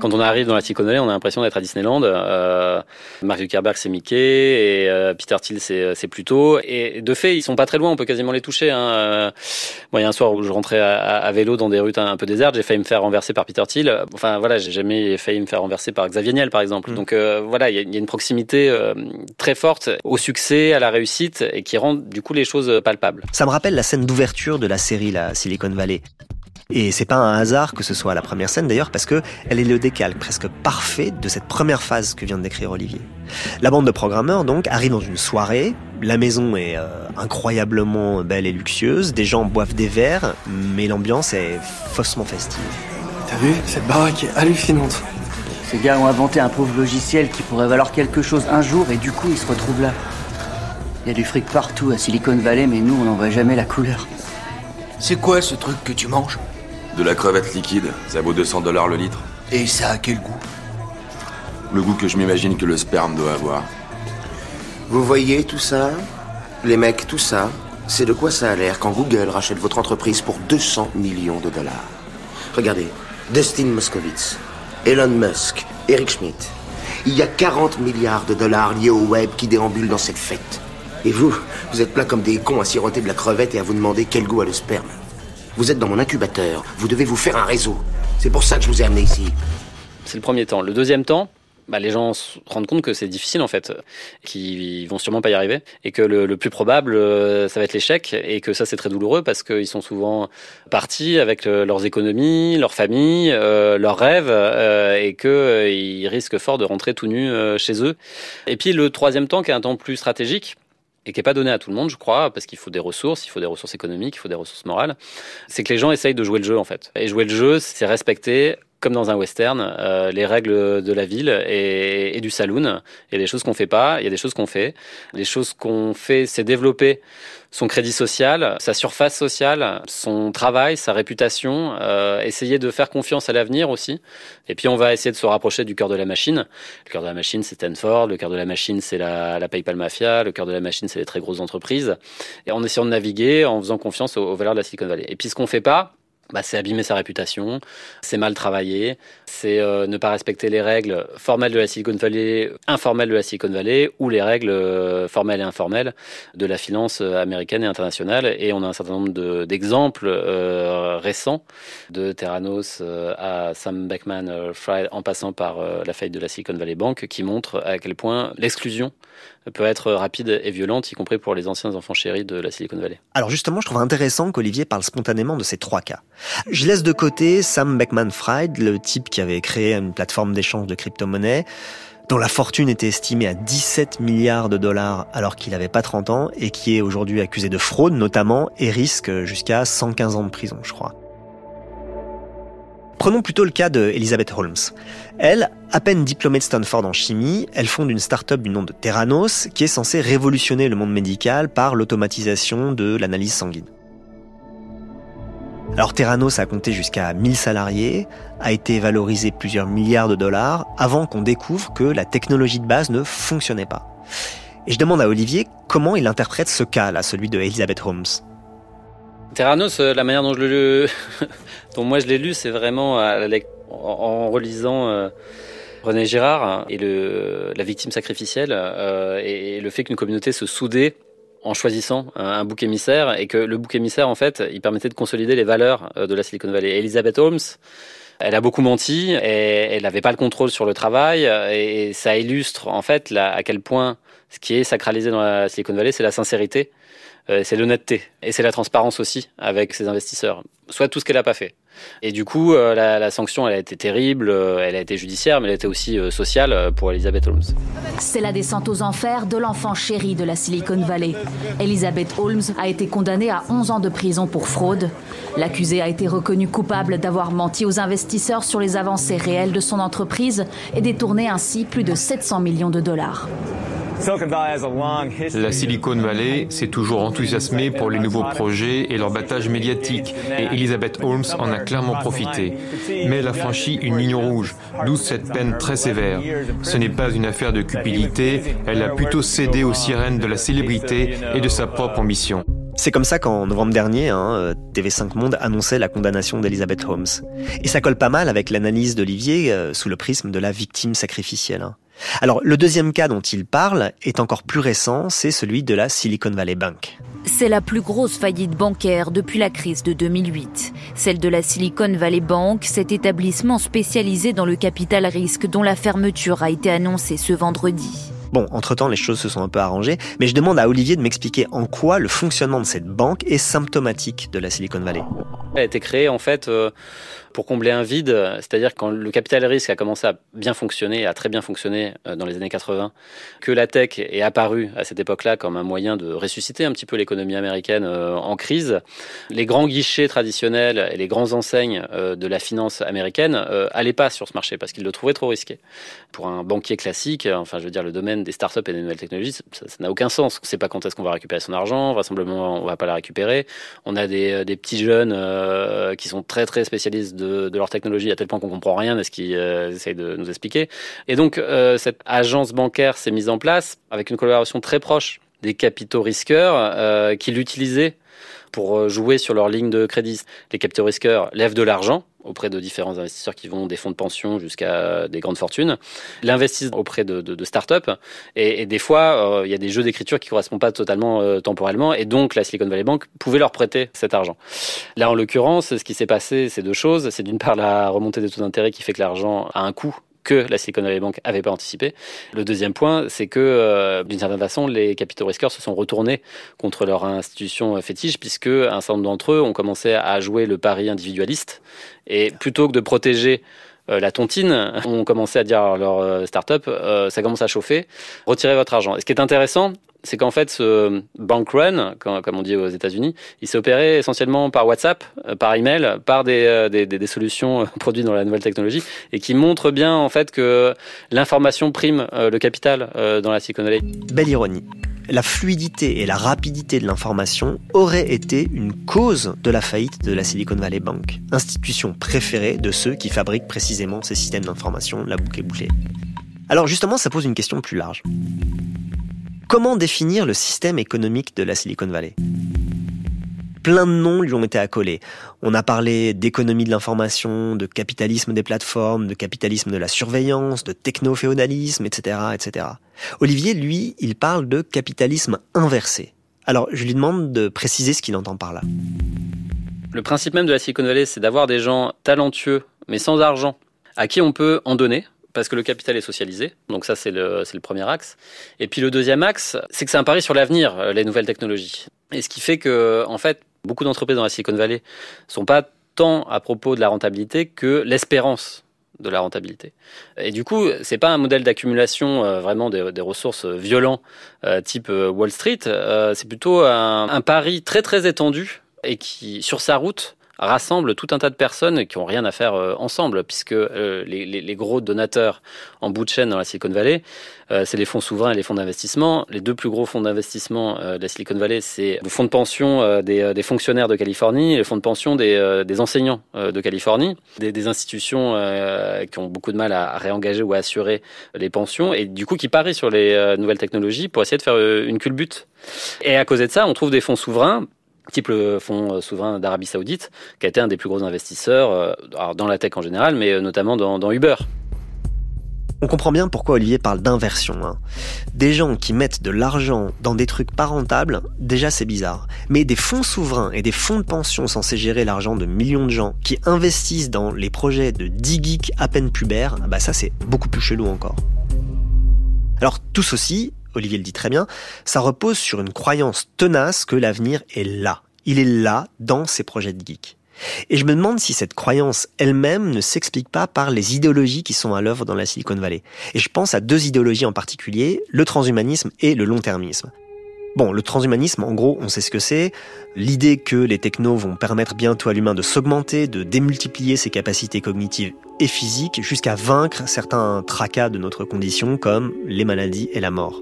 Quand on arrive dans la Silicon Valley, on a l'impression d'être à Disneyland. Euh, Mark Zuckerberg, c'est Mickey, et euh, Peter Thiel, c'est, c'est Pluto. Et de fait, ils sont pas très loin, on peut quasiment les toucher. Hein. Moi, il y a un soir où je rentrais à, à vélo dans des routes un, un peu désertes, j'ai failli me faire renverser par Peter Thiel. Enfin, voilà, j'ai jamais failli me faire renverser par Xavier Niel, par exemple. Mmh. Donc euh, voilà, il y, y a une proximité euh, très forte au succès, à la réussite, et qui rend du coup les choses palpables. Ça me rappelle la scène d'ouverture de la série, la Silicon Valley. Et c'est pas un hasard que ce soit la première scène d'ailleurs, parce que elle est le décalque presque parfait de cette première phase que vient de décrire Olivier. La bande de programmeurs donc arrive dans une soirée, la maison est euh, incroyablement belle et luxueuse, des gens boivent des verres, mais l'ambiance est faussement festive. T'as vu, cette baraque est hallucinante. Ces gars ont inventé un pauvre logiciel qui pourrait valoir quelque chose un jour et du coup ils se retrouvent là. Il y a du fric partout à Silicon Valley, mais nous on n'en voit jamais la couleur. C'est quoi ce truc que tu manges ? De la crevette liquide, ça vaut deux cents dollars le litre. Et ça a quel goût ? Le goût que je m'imagine que le sperme doit avoir. Vous voyez tout ça ? Les mecs, tout ça, c'est de quoi ça a l'air quand Google rachète votre entreprise pour deux cents millions de dollars. Regardez, Dustin Moskovitz, Elon Musk, Eric Schmidt. Il y a quarante milliards de dollars liés au web qui déambulent dans cette fête. Et vous, vous êtes là comme des cons à siroter de la crevette et à vous demander quel goût a le sperme. Vous êtes dans mon incubateur, vous devez vous faire un réseau. C'est pour ça que je vous ai amené ici. C'est le premier temps. Le deuxième temps, bah, les gens se rendent compte que c'est difficile en fait, qu'ils vont sûrement pas y arriver, et que le, le plus probable, euh, ça va être l'échec, et que ça c'est très douloureux parce qu'ils sont souvent partis avec le, leurs économies, leur famille, euh, leurs rêves, euh, et qu'ils euh, risquent fort de rentrer tout nus euh, chez eux. Et puis le troisième temps, qui est un temps plus stratégique, et qui n'est pas donné à tout le monde, je crois, parce qu'il faut des ressources, il faut des ressources économiques, il faut des ressources morales, c'est que les gens essayent de jouer le jeu, en fait. Et jouer le jeu, c'est respecter, comme dans un western, euh, les règles de la ville et, et du saloon. Il y a des choses qu'on fait pas, il y a des choses qu'on fait. Les choses qu'on fait, c'est développer son crédit social, sa surface sociale, son travail, sa réputation, euh, essayer de faire confiance à l'avenir aussi. Et puis on va essayer de se rapprocher du cœur de la machine. Le cœur de la machine, c'est Stanford, le cœur de la machine, c'est la, la PayPal Mafia, le cœur de la machine, c'est les très grosses entreprises. Et en essayant de naviguer, en faisant confiance aux, aux valeurs de la Silicon Valley. Et puis ce qu'on fait pas, bah, c'est abîmer sa réputation, c'est mal travailler, c'est euh, ne pas respecter les règles formelles de la Silicon Valley, informelles de la Silicon Valley, ou les règles euh, formelles et informelles de la finance américaine et internationale. Et on a un certain nombre de, d'exemples euh, récents, de Theranos euh, à Sam Bankman-Fried, en passant par euh, la faillite de la Silicon Valley Bank, qui montrent à quel point l'exclusion peut être rapide et violente, y compris pour les anciens enfants chéris de la Silicon Valley. Alors justement, je trouve intéressant qu'Olivier parle spontanément de ces trois cas. Je laisse de côté Sam Bankman-Fried, le type qui avait créé une plateforme d'échange de crypto-monnaies, dont la fortune était estimée à dix-sept milliards de dollars alors qu'il n'avait pas trente ans, et qui est aujourd'hui accusé de fraude notamment, et risque jusqu'à cent quinze ans de prison, je crois. Prenons plutôt le cas de Elizabeth Holmes. Elle, à peine diplômée de Stanford en chimie, elle fonde une start-up du nom de Theranos qui est censée révolutionner le monde médical par l'automatisation de l'analyse sanguine. Alors Theranos a compté jusqu'à mille salariés, a été valorisé plusieurs milliards de dollars avant qu'on découvre que la technologie de base ne fonctionnait pas. Et je demande à Olivier comment il interprète ce cas-là, celui de Elizabeth Holmes. Theranos, la manière dont je le, dont moi je l'ai lu, c'est vraiment en relisant euh, René Girard et le, la victime sacrificielle euh, et le fait qu'une communauté se soudait en choisissant un, un bouc émissaire, et que le bouc émissaire, en fait, il permettait de consolider les valeurs de la Silicon Valley. Elizabeth Holmes, elle a beaucoup menti, et elle n'avait pas le contrôle sur le travail, et ça illustre en fait là, à quel point ce qui est sacralisé dans la Silicon Valley, c'est la sincérité. Euh, c'est l'honnêteté et c'est la transparence aussi avec ses investisseurs, soit tout ce qu'elle n'a pas fait. Et du coup, euh, la, la sanction, elle a été terrible, euh, elle a été judiciaire, mais elle a été aussi euh, sociale euh, pour Elizabeth Holmes. C'est la descente aux enfers de l'enfant chéri de la Silicon Valley. Elizabeth Holmes a été condamnée à onze ans de prison pour fraude. L'accusée a été reconnue coupable d'avoir menti aux investisseurs sur les avancées réelles de son entreprise et détourné ainsi plus de sept cents millions de dollars. La Silicon Valley s'est toujours enthousiasmée pour les nouveaux projets et leur battage médiatique, et Elizabeth Holmes en a clairement profité. Mais elle a franchi une ligne rouge, d'où cette peine très sévère. Ce n'est pas une affaire de cupidité, elle a plutôt cédé aux sirènes de la célébrité et de sa propre ambition. C'est comme ça qu'en novembre dernier, hein, T V cinq Monde annonçait la condamnation d'Elizabeth Holmes. Et ça colle pas mal avec l'analyse d'Olivier euh, sous le prisme de la victime sacrificielle. Hein. Alors, le deuxième cas dont il parle est encore plus récent, c'est celui de la Silicon Valley Bank. C'est la plus grosse faillite bancaire depuis la crise de deux mille huit. Celle de la Silicon Valley Bank, cet établissement spécialisé dans le capital risque dont la fermeture a été annoncée ce vendredi. Bon, entre-temps, les choses se sont un peu arrangées, mais je demande à Olivier de m'expliquer en quoi le fonctionnement de cette banque est symptomatique de la Silicon Valley. Elle a été créée en fait euh, pour combler un vide, c'est-à-dire quand le capital risque a commencé à bien fonctionner, à très bien fonctionner euh, dans les années quatre-vingts, que la tech est apparue à cette époque-là comme un moyen de ressusciter un petit peu l'économie américaine euh, en crise. Les grands guichets traditionnels et les grandes enseignes euh, de la finance américaine euh, allaient pas sur ce marché parce qu'ils le trouvaient trop risqué. Pour un banquier classique, enfin je veux dire le domaine des startups et des nouvelles technologies, ça, ça n'a aucun sens. On ne sait pas quand est-ce qu'on va récupérer son argent, vraisemblablement on ne va pas la récupérer. On a des, des petits jeunes euh, qui sont très très spécialistes de, de leur technologie à tel point qu'on ne comprend rien de ce qu'ils euh, essayent de nous expliquer. Et donc euh, cette agence bancaire s'est mise en place avec une collaboration très proche des capitaux risqueurs euh, qui l'utilisaient pour jouer sur leur ligne de crédit. Les capitaux risqueurs lèvent de l'argent auprès de différents investisseurs qui vont des fonds de pension jusqu'à des grandes fortunes, l'investissent auprès de, de, de start-up, et, et des fois, il euh, y a des jeux d'écriture qui ne correspondent pas totalement euh, temporellement, et donc la Silicon Valley Bank pouvait leur prêter cet argent. Là, en l'occurrence, ce qui s'est passé, c'est deux choses. C'est d'une part la remontée des taux d'intérêt qui fait que l'argent a un coût que la Silicon Valley Bank n'avait pas anticipé. Le deuxième point, c'est que, euh, d'une certaine façon, les capitaux risqueurs se sont retournés contre leur institution fétiche, puisque un certain nombre d'entre eux ont commencé à jouer le pari individualiste, et plutôt que de protéger euh, la tontine, ont commencé à dire à leur euh, start-up, euh, ça commence à chauffer, retirez votre argent. Et ce qui est intéressant, c'est qu'en fait, ce bank run, comme on dit aux États-Unis, il s'est opéré essentiellement par WhatsApp, par email, par des, des, des solutions produites dans la nouvelle technologie, et qui montrent bien en fait que l'information prime le capital dans la Silicon Valley. Belle ironie. La fluidité et la rapidité de l'information auraient été une cause de la faillite de la Silicon Valley Bank, institution préférée de ceux qui fabriquent précisément ces systèmes d'information, la boucle est bouclée. Alors justement, ça pose une question plus large. Comment définir le système économique de la Silicon Valley ? Plein de noms lui ont été accolés. On a parlé d'économie de l'information, de capitalisme des plateformes, de capitalisme de la surveillance, de techno-féodalisme, et cetera, et cetera. Olivier, lui, il parle de capitalisme inversé. Alors, je lui demande de préciser ce qu'il entend par là. Le principe même de la Silicon Valley, c'est d'avoir des gens talentueux, mais sans argent, à qui on peut en donner, parce que le capital est socialisé. Donc ça, c'est le, c'est le premier axe. Et puis le deuxième axe, c'est que c'est un pari sur l'avenir, les nouvelles technologies. Et ce qui fait que, en fait, beaucoup d'entreprises dans la Silicon Valley sont pas tant à propos de la rentabilité que l'espérance de la rentabilité. Et du coup, c'est pas un modèle d'accumulation euh, vraiment des, des ressources violents euh, type euh, Wall Street. Euh, c'est plutôt un, un pari très très étendu et qui, sur sa route, rassemble tout un tas de personnes qui n'ont rien à faire euh, ensemble, puisque euh, les, les, les gros donateurs en bout de chaîne dans la Silicon Valley, euh, c'est les fonds souverains et les fonds d'investissement. Les deux plus gros fonds d'investissement euh, de la Silicon Valley, c'est le fonds de pension euh, des, euh, des fonctionnaires de Californie et le fonds de pension des, euh, des enseignants euh, de Californie, des, des institutions euh, qui ont beaucoup de mal à, à réengager ou à assurer les pensions, et du coup qui parient sur les euh, nouvelles technologies pour essayer de faire euh, une culbute. Et à cause de ça, on trouve des fonds souverains, type le fonds souverain d'Arabie Saoudite, qui a été un des plus gros investisseurs euh, alors dans la tech en général, mais notamment dans, dans Uber. On comprend bien pourquoi Olivier parle d'inversion. Hein. Des gens qui mettent de l'argent dans des trucs pas rentables, déjà c'est bizarre. Mais des fonds souverains et des fonds de pension censés gérer l'argent de millions de gens qui investissent dans les projets de dix geeks à peine pubères, bah ça c'est beaucoup plus chelou encore. Alors tout ceci, Olivier le dit très bien, ça repose sur une croyance tenace que l'avenir est là. Il est là, dans ces projets de geeks. Et je me demande si cette croyance elle-même ne s'explique pas par les idéologies qui sont à l'œuvre dans la Silicon Valley. Et je pense à deux idéologies en particulier, le transhumanisme et le long-termisme. Bon, le transhumanisme, en gros, on sait ce que c'est. L'idée que les technos vont permettre bientôt à l'humain de s'augmenter, de démultiplier ses capacités cognitives et physiques, jusqu'à vaincre certains tracas de notre condition, comme les maladies et la mort.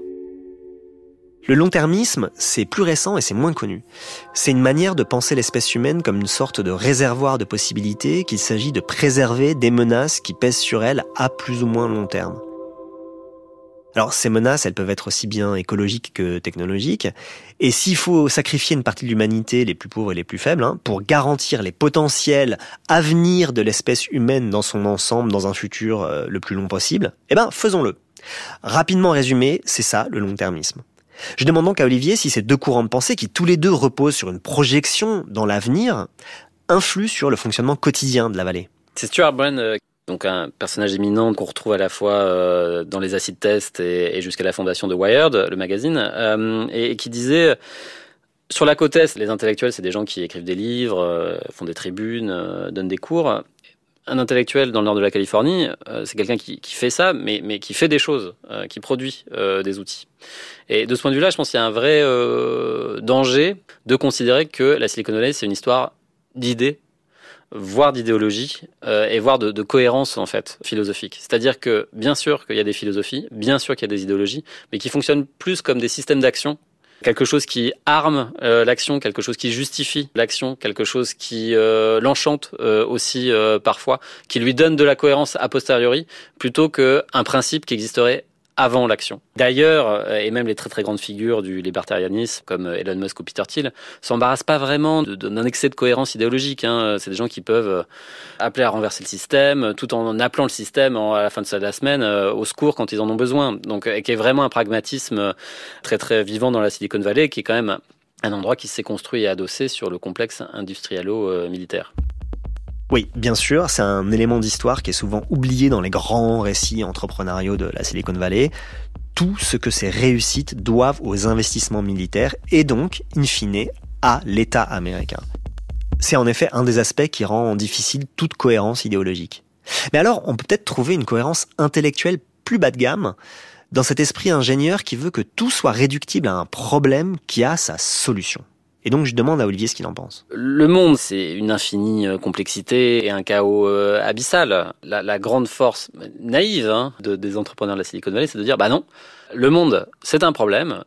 Le long-termisme, c'est plus récent et c'est moins connu. C'est une manière de penser l'espèce humaine comme une sorte de réservoir de possibilités qu'il s'agit de préserver des menaces qui pèsent sur elle à plus ou moins long terme. Alors ces menaces, elles peuvent être aussi bien écologiques que technologiques. Et s'il faut sacrifier une partie de l'humanité, les plus pauvres et les plus faibles, hein, pour garantir les potentiels avenirs de l'espèce humaine dans son ensemble dans un futur euh, le plus long possible, eh ben faisons-le. Rapidement résumé, c'est ça le long-termisme. Je demande donc à Olivier si ces deux courants de pensée, qui tous les deux reposent sur une projection dans l'avenir, influent sur le fonctionnement quotidien de la vallée. C'est Stuart Brand, euh, donc un personnage éminent qu'on retrouve à la fois euh, dans les acid tests et, et jusqu'à la fondation de Wired, le magazine, euh, et, et qui disait... Sur la côte Est, les intellectuels, c'est des gens qui écrivent des livres, euh, font des tribunes, euh, donnent des cours. Un intellectuel dans le nord de la Californie, euh, c'est quelqu'un qui, qui fait ça, mais, mais qui fait des choses, euh, qui produit euh, des outils. Et de ce point de vue-là, je pense qu'il y a un vrai euh, danger de considérer que la Silicon Valley, c'est une histoire d'idées, voire d'idéologie, euh, et voire de, de cohérence, en fait, philosophique. C'est-à-dire que, bien sûr qu'il y a des philosophies, bien sûr qu'il y a des idéologies, mais qui fonctionnent plus comme des systèmes d'action. Quelque chose qui arme euh, l'action, quelque chose qui justifie l'action, quelque chose qui euh, l'enchante euh, aussi euh, parfois, qui lui donne de la cohérence a posteriori, plutôt qu'un principe qui existerait avant l'action. D'ailleurs, et même les très très grandes figures du libertarianisme, comme Elon Musk ou Peter Thiel, s'embarrassent pas vraiment d'un excès de cohérence idéologique. Hein. C'est des gens qui peuvent appeler à renverser le système, tout en appelant le système à la fin de la semaine au secours quand ils en ont besoin. Donc, et qui est vraiment un pragmatisme très très vivant dans la Silicon Valley, qui est quand même un endroit qui s'est construit et adossé sur le complexe industrialo-militaire. Oui, bien sûr, c'est un élément d'histoire qui est souvent oublié dans les grands récits entrepreneuriaux de la Silicon Valley. Tout ce que ces réussites doivent aux investissements militaires et donc, in fine, à l'État américain. C'est en effet un des aspects qui rend difficile toute cohérence idéologique. Mais alors, on peut peut-être trouver une cohérence intellectuelle plus bas de gamme dans cet esprit ingénieur qui veut que tout soit réductible à un problème qui a sa solution. Et donc, je demande à Olivier ce qu'il en pense. Le monde, c'est une infinie complexité et un chaos euh, abyssal. La, la grande force naïve hein, de, des entrepreneurs de la Silicon Valley, c'est de dire, bah non, le monde, c'est un problème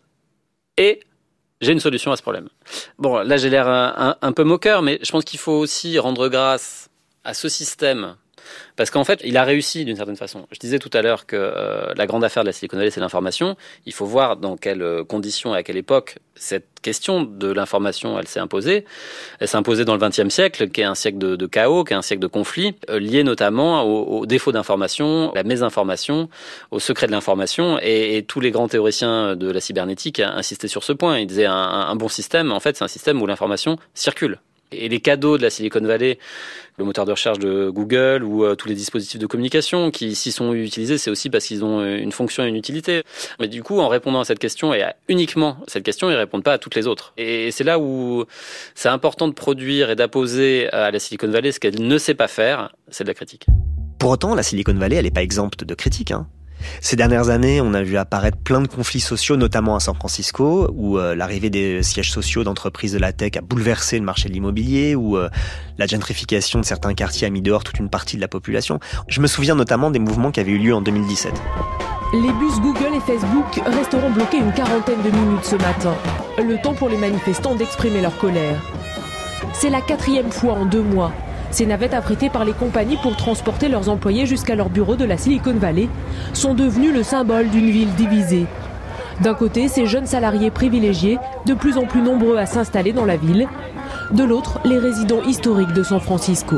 et j'ai une solution à ce problème. Bon, là, j'ai l'air un, un, un peu moqueur, mais je pense qu'il faut aussi rendre grâce à ce système. Parce qu'en fait, il a réussi d'une certaine façon. Je disais tout à l'heure que euh, la grande affaire de la Silicon Valley, c'est l'information. Il faut voir dans quelles conditions et à quelle époque cette question de l'information, elle s'est imposée. Elle s'est imposée dans le vingtième siècle, qui est un siècle de, de chaos, qui est un siècle de conflits, euh, lié notamment au, au défaut d'information, à la mésinformation, au secret de l'information. Et, et tous les grands théoriciens de la cybernétique insistaient sur ce point. Ils disaient un, un bon système, en fait, c'est un système où l'information circule. Et les cadeaux de la Silicon Valley, le moteur de recherche de Google ou euh, tous les dispositifs de communication qui s'y sont utilisés, c'est aussi parce qu'ils ont une fonction et une utilité. Mais du coup, en répondant à cette question et à uniquement cette question, ils répondent pas à toutes les autres. Et c'est là où c'est important de produire et d'apposer à la Silicon Valley ce qu'elle ne sait pas faire, c'est de la critique. Pour autant, la Silicon Valley, elle n'est pas exempte de critiques, hein. Ces dernières années, on a vu apparaître plein de conflits sociaux, notamment à San Francisco, où euh, l'arrivée des sièges sociaux d'entreprises de la tech a bouleversé le marché de l'immobilier, où euh, la gentrification de certains quartiers a mis dehors toute une partie de la population. Je me souviens notamment des mouvements qui avaient eu lieu en deux mille dix-sept. Les bus Google et Facebook resteront bloqués une quarantaine de minutes ce matin. Le temps pour les manifestants d'exprimer leur colère. C'est la quatrième fois en deux mois. Ces navettes affrétées par les compagnies pour transporter leurs employés jusqu'à leur bureau de la Silicon Valley sont devenues le symbole d'une ville divisée. D'un côté, ces jeunes salariés privilégiés, de plus en plus nombreux à s'installer dans la ville. De l'autre, les résidents historiques de San Francisco.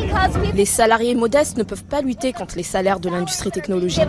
Les salariés modestes ne peuvent pas lutter contre les salaires de l'industrie technologique.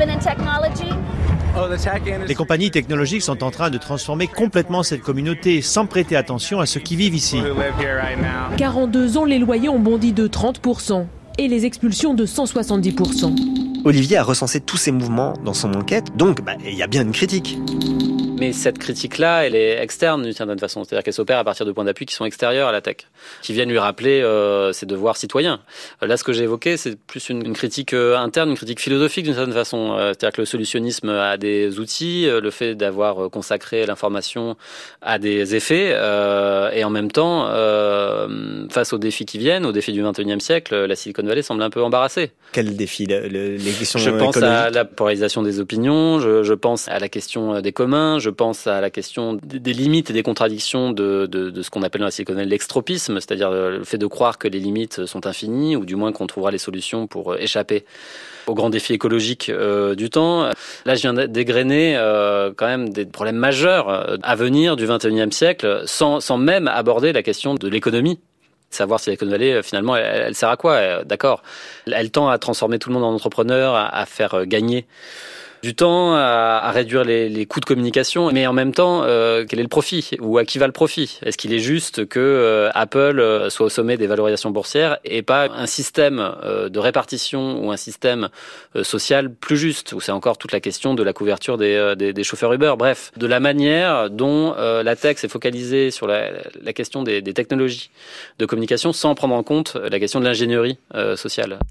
Les compagnies technologiques sont en train de transformer complètement cette communauté sans prêter attention à ceux qui vivent ici. Car en deux ans, les loyers ont bondi de trente pour cent et les expulsions de cent soixante-dix pour cent. Olivier a recensé tous ces mouvements dans son enquête, donc bah, il y a bien une critique. Mais cette critique-là, elle est externe d'une certaine façon. C'est-à-dire qu'elle s'opère à partir de points d'appui qui sont extérieurs à la tech, qui viennent lui rappeler euh, ses devoirs citoyens. Là, ce que j'ai évoqué, c'est plus une, une critique euh, interne, une critique philosophique d'une certaine façon. Euh, c'est-à-dire que le solutionnisme a des outils, euh, le fait d'avoir consacré l'information a des effets, euh, et en même temps, euh, face aux défis qui viennent, aux défis du vingt et unième siècle, la Silicon Valley semble un peu embarrassée. Quel défi le, le, les questions Je pense écologiques. À la polarisation des opinions, je, je pense à la question des communs, je je pense à la question des limites et des contradictions de, de, de ce qu'on appelle dans la Silicon Valley l'extropisme, c'est-à-dire le fait de croire que les limites sont infinies, ou du moins qu'on trouvera les solutions pour échapper aux grands défis écologiques euh, du temps. Là, je viens dégrainer euh, quand même des problèmes majeurs à venir du vingt et unième siècle, sans, sans même aborder la question de l'économie. Savoir si la Silicon Valley, finalement, elle, elle sert à quoi ? D'accord. Elle tend à transformer tout le monde en entrepreneur, à, à faire gagner du temps, à, à réduire les, les coûts de communication, mais en même temps, euh, quel est le profit ? Ou à qui va le profit ? Est-ce qu'il est juste que euh, Apple euh, soit au sommet des valorisations boursières et pas un système euh, de répartition ou un système euh, social plus juste ? Ou c'est encore toute la question de la couverture des, euh, des, des chauffeurs Uber. Bref, de la manière dont euh, la tech s'est focalisée sur la, la question des, des technologies de communication sans prendre en compte la question de l'ingénierie euh, sociale.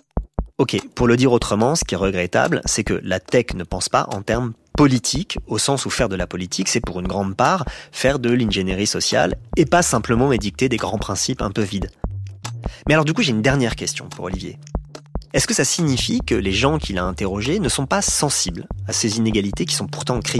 Ok, pour le dire autrement, ce qui est regrettable, c'est que la tech ne pense pas en termes politiques, au sens où faire de la politique, c'est pour une grande part faire de l'ingénierie sociale et pas simplement édicter des grands principes un peu vides. Mais alors du coup, j'ai une dernière question pour Olivier. Est-ce que ça signifie que les gens qu'il a interrogés ne sont pas sensibles à ces inégalités qui sont pourtant criantes ?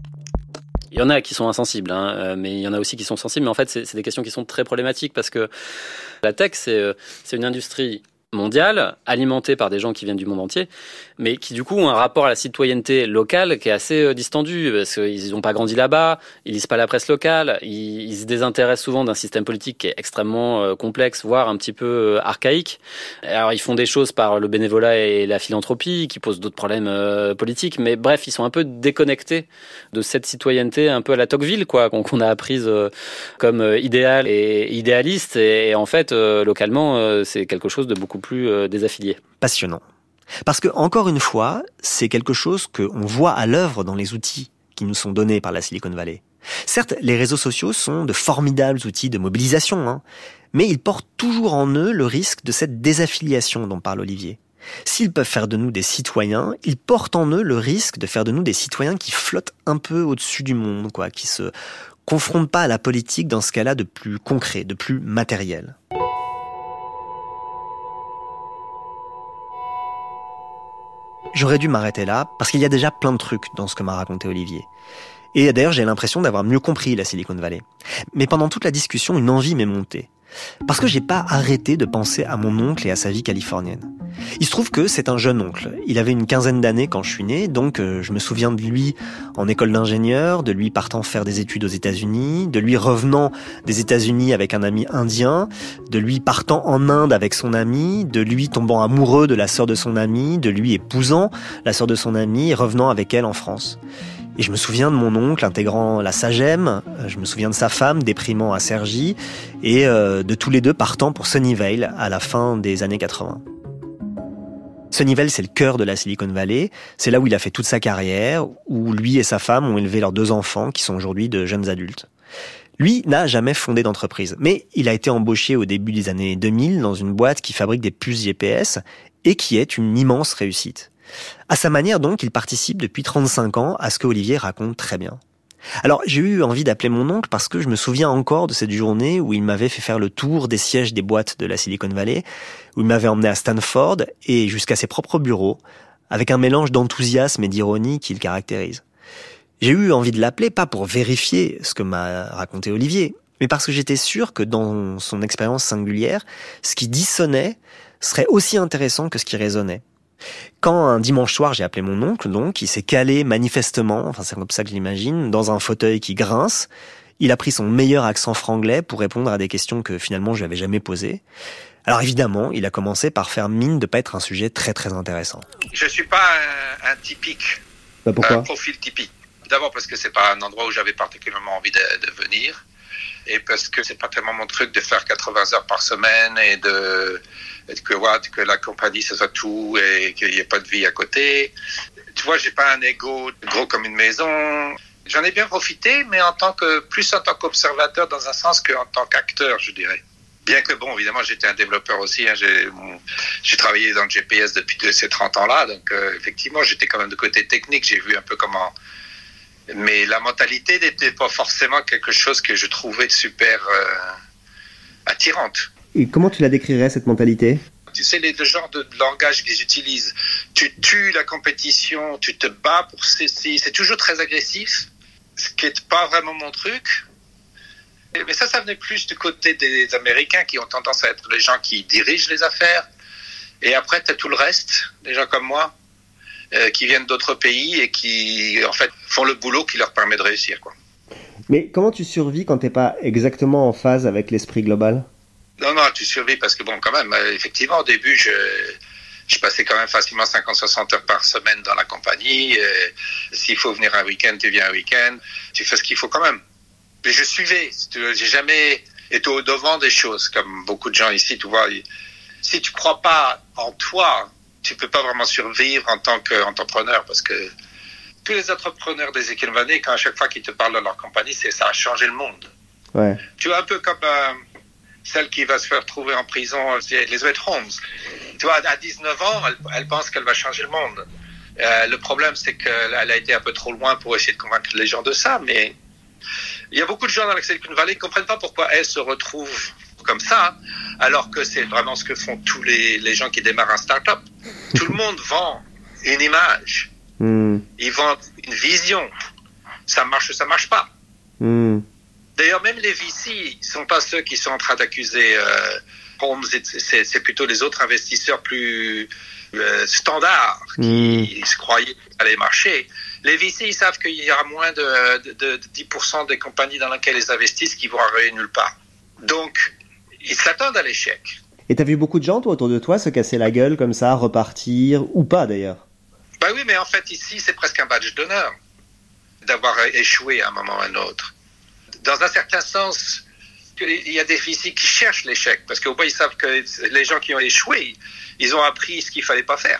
Il y en a qui sont insensibles, hein, mais il y en a aussi qui sont sensibles. Mais en fait, c'est, c'est des questions qui sont très problématiques parce que la tech, c'est, c'est une industrie mondiale, alimentée par des gens qui viennent du monde entier, mais qui du coup ont un rapport à la citoyenneté locale qui est assez distendu, parce qu'ils n'ont pas grandi là-bas, ils lisent pas la presse locale, ils, ils se désintéressent souvent d'un système politique qui est extrêmement complexe, voire un petit peu archaïque. Alors ils font des choses par le bénévolat et la philanthropie, qui posent d'autres problèmes euh, politiques, mais bref, ils sont un peu déconnectés de cette citoyenneté un peu à la Tocqueville, quoi, qu'on, qu'on a apprise euh, comme euh, idéal et idéaliste, et, et en fait, euh, localement, euh, c'est quelque chose de beaucoup plus euh, désaffilié. Passionnant. Parce que, encore une fois, c'est quelque chose qu'on voit à l'œuvre dans les outils qui nous sont donnés par la Silicon Valley. Certes, les réseaux sociaux sont de formidables outils de mobilisation, hein, mais ils portent toujours en eux le risque de cette désaffiliation dont parle Olivier. S'ils peuvent faire de nous des citoyens, ils portent en eux le risque de faire de nous des citoyens qui flottent un peu au-dessus du monde, quoi, qui se confrontent pas à la politique dans ce cas-là de plus concret, de plus matériel. J'aurais dû m'arrêter là, parce qu'il y a déjà plein de trucs dans ce que m'a raconté Olivier. Et d'ailleurs, j'ai l'impression d'avoir mieux compris la Silicon Valley. Mais pendant toute la discussion, une envie m'est montée. Parce que j'ai pas arrêté de penser à mon oncle et à sa vie californienne. Il se trouve que c'est un jeune oncle. Il avait une quinzaine d'années quand je suis né, donc euh, je me souviens de lui en école d'ingénieur, de lui partant faire des études aux États-Unis, de lui revenant des États-Unis avec un ami indien, de lui partant en Inde avec son ami, de lui tombant amoureux de la sœur de son ami, de lui épousant la sœur de son ami et revenant avec elle en France. Et je me souviens de mon oncle intégrant la Sagem, je me souviens de sa femme déprimant à Cergy, et euh, de tous les deux partant pour Sunnyvale à la fin des années quatre-vingts. Sunnyvale, c'est le cœur de la Silicon Valley, c'est là où il a fait toute sa carrière, où lui et sa femme ont élevé leurs deux enfants, qui sont aujourd'hui de jeunes adultes. Lui n'a jamais fondé d'entreprise, mais il a été embauché au début des années deux mille dans une boîte qui fabrique des puces G P S, et qui est une immense réussite. À sa manière donc, il participe depuis trente-cinq ans à ce que Olivier raconte très bien. Alors j'ai eu envie d'appeler mon oncle parce que je me souviens encore de cette journée où il m'avait fait faire le tour des sièges des boîtes de la Silicon Valley, où il m'avait emmené à Stanford et jusqu'à ses propres bureaux, avec un mélange d'enthousiasme et d'ironie qui le caractérise. J'ai eu envie de l'appeler pas pour vérifier ce que m'a raconté Olivier, mais parce que j'étais sûr que dans son expérience singulière, ce qui dissonnait serait aussi intéressant que ce qui résonnait. Quand un dimanche soir j'ai appelé mon oncle, donc, il s'est calé manifestement, enfin c'est comme ça que je l'imagine, dans un fauteuil qui grince, il a pris son meilleur accent franglais pour répondre à des questions que finalement je lui avais jamais posées. Alors évidemment, il a commencé par faire mine de pas être un sujet très très intéressant. Je suis pas un, un typique, bah pourquoi un profil typique. D'abord parce que c'est pas un endroit où j'avais particulièrement envie de, de venir, et parce que c'est pas tellement mon truc de faire quatre-vingts heures par semaine et de Et que, ouais, que la compagnie, ce soit tout et qu'il n'y ait pas de vie à côté. Tu vois, j'ai pas un ego gros comme une maison. J'en ai bien profité, mais en tant que, plus en tant qu'observateur dans un sens qu'en tant qu'acteur, je dirais. Bien que, bon, évidemment, j'étais un développeur aussi. Hein, j'ai, j'ai travaillé dans le G P S depuis ces trente ans-là. Donc, euh, effectivement, j'étais quand même de côté technique. J'ai vu un peu comment... Mais la mentalité n'était pas forcément quelque chose que je trouvais super euh, attirante. Et comment tu la décrirais, cette mentalité ? Tu sais, les, le genre de, de langage qu'ils utilisent. Tu tues la compétition, tu te bats pour ceci. C'est toujours très agressif. ce qui n'est pas vraiment mon truc. Mais ça, ça venait plus du côté des Américains qui ont tendance à être les gens qui dirigent les affaires. Et après, tu as tout le reste, des gens comme moi, euh, qui viennent d'autres pays et qui, en fait, font le boulot qui leur permet de réussir, quoi. Mais comment tu survis quand t'es pas exactement en phase avec l'esprit global ? Non, non, tu survis parce que, bon, quand même, effectivement, au début, je, je passais quand même facilement cinquante à soixante heures par semaine dans la compagnie. Euh, s'il faut venir un week-end, tu viens un week-end. Tu fais ce qu'il faut quand même. Mais je suivais. J'ai jamais été au devant des choses, comme beaucoup de gens ici, tu vois. Si tu crois pas en toi, tu peux pas vraiment survivre en tant qu'entrepreneur, parce que tous les entrepreneurs des Silicon Valley, quand à chaque fois qu'ils te parlent de leur compagnie, c'est ça a changé le monde. Ouais. Tu vois, un peu comme euh, celle qui va se faire trouver en prison, c'est Elizabeth Holmes. Tu vois, à dix-neuf ans, elle, elle pense qu'elle va changer le monde. Euh, le problème, c'est qu'elle a été un peu trop loin pour essayer de convaincre les gens de ça, mais il y a beaucoup de gens dans la Silicon Valley qui ne comprennent pas pourquoi elle se retrouve comme ça, alors que c'est vraiment ce que font tous les, les gens qui démarrent un start-up. Tout le monde vend une image. Mm. Ils vendent une vision. Ça marche ou ça marche pas. Mm. D'ailleurs, même les V C ne sont pas ceux qui sont en train d'accuser euh, Holmes. C'est, c'est plutôt les autres investisseurs plus euh, standards qui mm. se croyaient que ça allait marcher. Les V C, ils savent qu'il y aura moins de, de, de dix pour cent des compagnies dans lesquelles ils investissent qui vont arriver nulle part. Donc, ils s'attendent à l'échec. Et t'as vu beaucoup de gens, toi, autour de toi, se casser la gueule comme ça, repartir, ou pas d'ailleurs? Bah oui, mais en fait, ici, c'est presque un badge d'honneur d'avoir échoué à un moment ou à un autre. Dans un certain sens, il y a des V C qui cherchent l'échec, parce qu'au moins, ils savent que les gens qui ont échoué, ils ont appris ce qu'il fallait pas faire.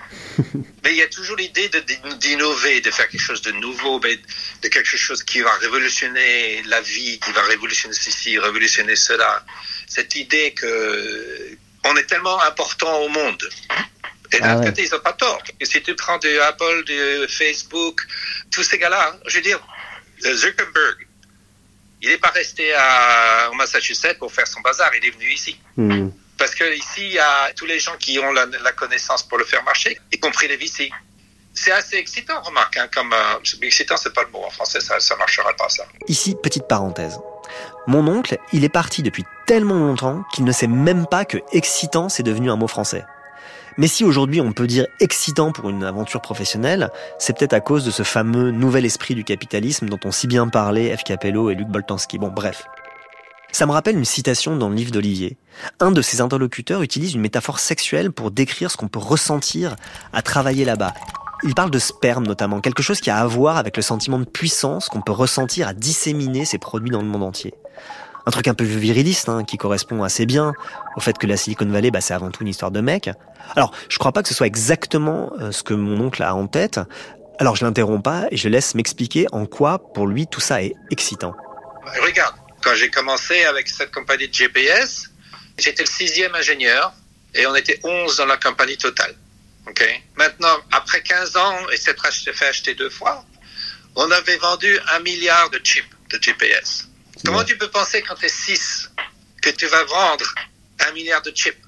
Mais il y a toujours l'idée de, d'innover, de faire quelque chose de nouveau, de quelque chose qui va révolutionner la vie, qui va révolutionner ceci, révolutionner cela. Cette idée que on est tellement important au monde. Et d'un ah ouais. côté, ils n'ont pas tort. Et si tu prends de Apple, de Facebook, tous ces gars-là, je veux dire, Zuckerberg, il n'est pas resté à, au Massachusetts pour faire son bazar, il est venu ici. Mm. Parce que ici, il y a tous les gens qui ont la, la connaissance pour le faire marcher, y compris les V C. C'est assez excitant, remarque. Hein, comme euh, excitant, c'est pas le mot en français, ça, ça marchera pas ça. Ici, petite parenthèse. Mon oncle, il est parti depuis tellement longtemps qu'il ne sait même pas que excitant, c'est devenu un mot français. Mais si aujourd'hui on peut dire excitant pour une aventure professionnelle, c'est peut-être à cause de ce fameux nouvel esprit du capitalisme dont ont si bien parlé F. Capello et Luc Boltanski. Bon, bref. Ça me rappelle une citation dans le livre d'Olivier. Un de ses interlocuteurs utilise une métaphore sexuelle pour décrire ce qu'on peut ressentir à travailler là-bas. Il parle de sperme notamment, quelque chose qui a à voir avec le sentiment de puissance qu'on peut ressentir à disséminer ses produits dans le monde entier. Un truc un peu viriliste, hein, qui correspond assez bien au fait que la Silicon Valley, bah, c'est avant tout une histoire de mecs. Alors, je crois pas que ce soit exactement euh, ce que mon oncle a en tête. Alors, je l'interromps pas et je laisse m'expliquer en quoi, pour lui, tout ça est excitant. Regarde, quand j'ai commencé avec cette compagnie de G P S, j'étais le sixième ingénieur et on était onze dans la compagnie totale. Okay. Maintenant, après quinze ans, et c'est fait acheter deux fois, on avait vendu un milliard de chips de G P S. C'est Comment vrai. Tu peux penser quand tu es six que tu vas vendre un milliard de chips?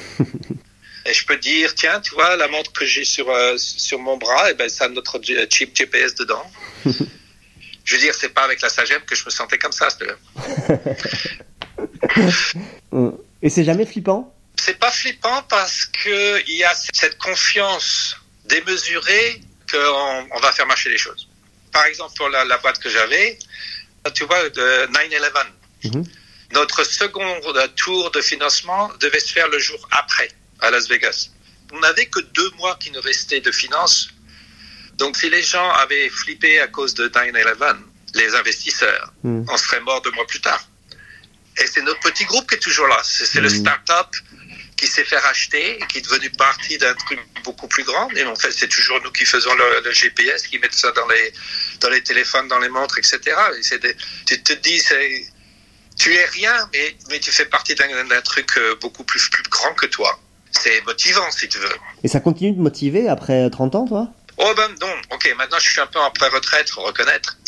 Et je peux dire, tiens, tu vois, la montre que j'ai sur, euh, sur mon bras, eh ben, ça a notre chip G P S dedans. Je veux dire, c'est pas avec la Sagem que je me sentais comme ça. Et c'est jamais flippant? C'est pas flippant parce que il y a cette confiance démesurée qu'on on va faire marcher les choses. Par exemple, pour la, la boîte que j'avais, tu vois, de nine eleven, mm-hmm. notre second tour de financement devait se faire le jour après, à Las Vegas. On n'avait que deux mois qui nous restaient de finances. Donc, si les gens avaient flippé à cause de nine eleven, les investisseurs, mm. on serait mort deux mois plus tard. Et c'est notre petit groupe qui est toujours là. C'est, c'est mm. le start-up qui s'est fait racheter, qui est devenu partie d'un truc beaucoup plus grand. Et en fait, c'est toujours nous qui faisons le, le G P S, qui mettent ça dans les, dans les téléphones, dans les montres, et cetera. Et c'est des, tu te dis, c'est, tu es rien, mais, mais tu fais partie d'un, d'un truc beaucoup plus, plus grand que toi. C'est motivant, si tu veux. Et ça continue de motiver après trente ans, toi? Oh ben non, ok, maintenant je suis un peu en pré-retraite, faut reconnaître.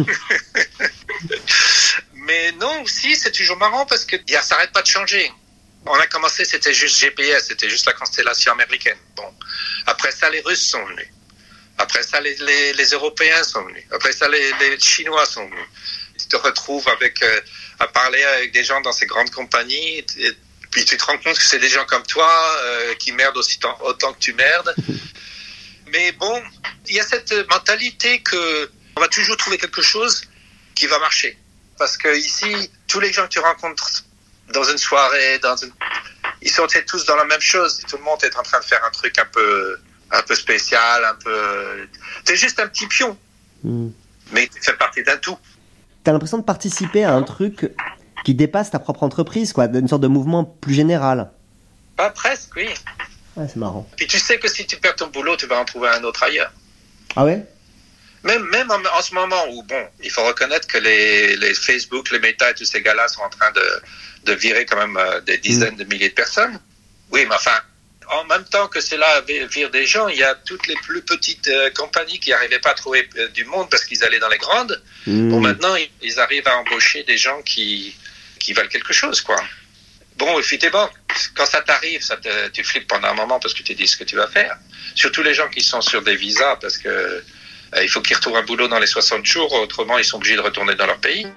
Mais non, aussi, c'est toujours marrant parce que ça n'arrête pas de changer. On a commencé, c'était juste G P S, c'était juste la constellation américaine. Bon, après ça, les Russes sont venus. Après ça, les, les, les Européens sont venus. Après ça, les, les Chinois sont venus. Tu te retrouves avec, euh, à parler avec des gens dans ces grandes compagnies, et, et puis tu te rends compte que c'est des gens comme toi euh, qui merdent aussi tant, autant que tu merdes. Mais bon, il y a cette mentalité que on va toujours trouver quelque chose qui va marcher. Parce que ici, tous les gens que tu rencontres dans une soirée, dans une... ils sont tous dans la même chose. Tout le monde est en train de faire un truc un peu, un peu spécial, un peu... T'es juste un petit pion. Mm. Mais tu fais partie d'un tout. T'as l'impression de participer à un truc qui dépasse ta propre entreprise, quoi, d'une sorte de mouvement plus général. Pas presque, oui. Ouais, c'est marrant. Puis tu sais que si tu perds ton boulot, tu vas en trouver un autre ailleurs. Ah ouais? Même, même en, en ce moment où, bon, il faut reconnaître que les, les Facebook, les Meta et tous ces gars-là sont en train de, de virer quand même euh, des dizaines mmh. de milliers de personnes. Oui, mais enfin, en même temps que cela vire des gens, il y a toutes les plus petites euh, compagnies qui n'arrivaient pas à trouver euh, du monde parce qu'ils allaient dans les grandes. Mmh. Bon, maintenant, ils, ils arrivent à embaucher des gens qui, qui valent quelque chose, quoi. Bon, effectivement, quand ça t'arrive, ça te, tu flippes pendant un moment parce que tu te dis ce que tu vas faire. Surtout les gens qui sont sur des visas parce que euh, il faut qu'ils retrouvent un boulot dans les soixante jours, autrement ils sont obligés de retourner dans leur pays.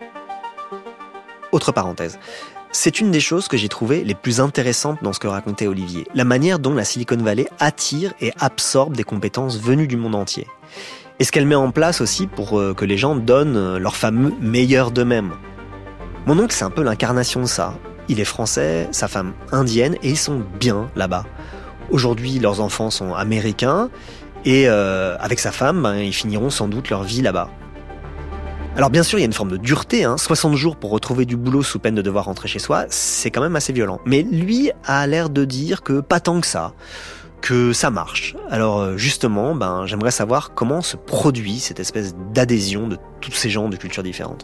Autre parenthèse. C'est une des choses que j'ai trouvées les plus intéressantes dans ce que racontait Olivier. La manière dont la Silicon Valley attire et absorbe des compétences venues du monde entier. Et ce qu'elle met en place aussi pour euh, que les gens donnent leur fameux meilleur d'eux-mêmes. Mon oncle, c'est un peu l'incarnation de ça. Il est français, sa femme indienne, et ils sont bien là-bas. Aujourd'hui, leurs enfants sont américains, et euh, avec sa femme, ben, ils finiront sans doute leur vie là-bas. Alors bien sûr, il y a une forme de dureté, hein. soixante jours pour retrouver du boulot sous peine de devoir rentrer chez soi, c'est quand même assez violent. Mais lui a l'air de dire que pas tant que ça, que ça marche. Alors justement, ben, j'aimerais savoir comment se produit cette espèce d'adhésion de tous ces gens de cultures différentes.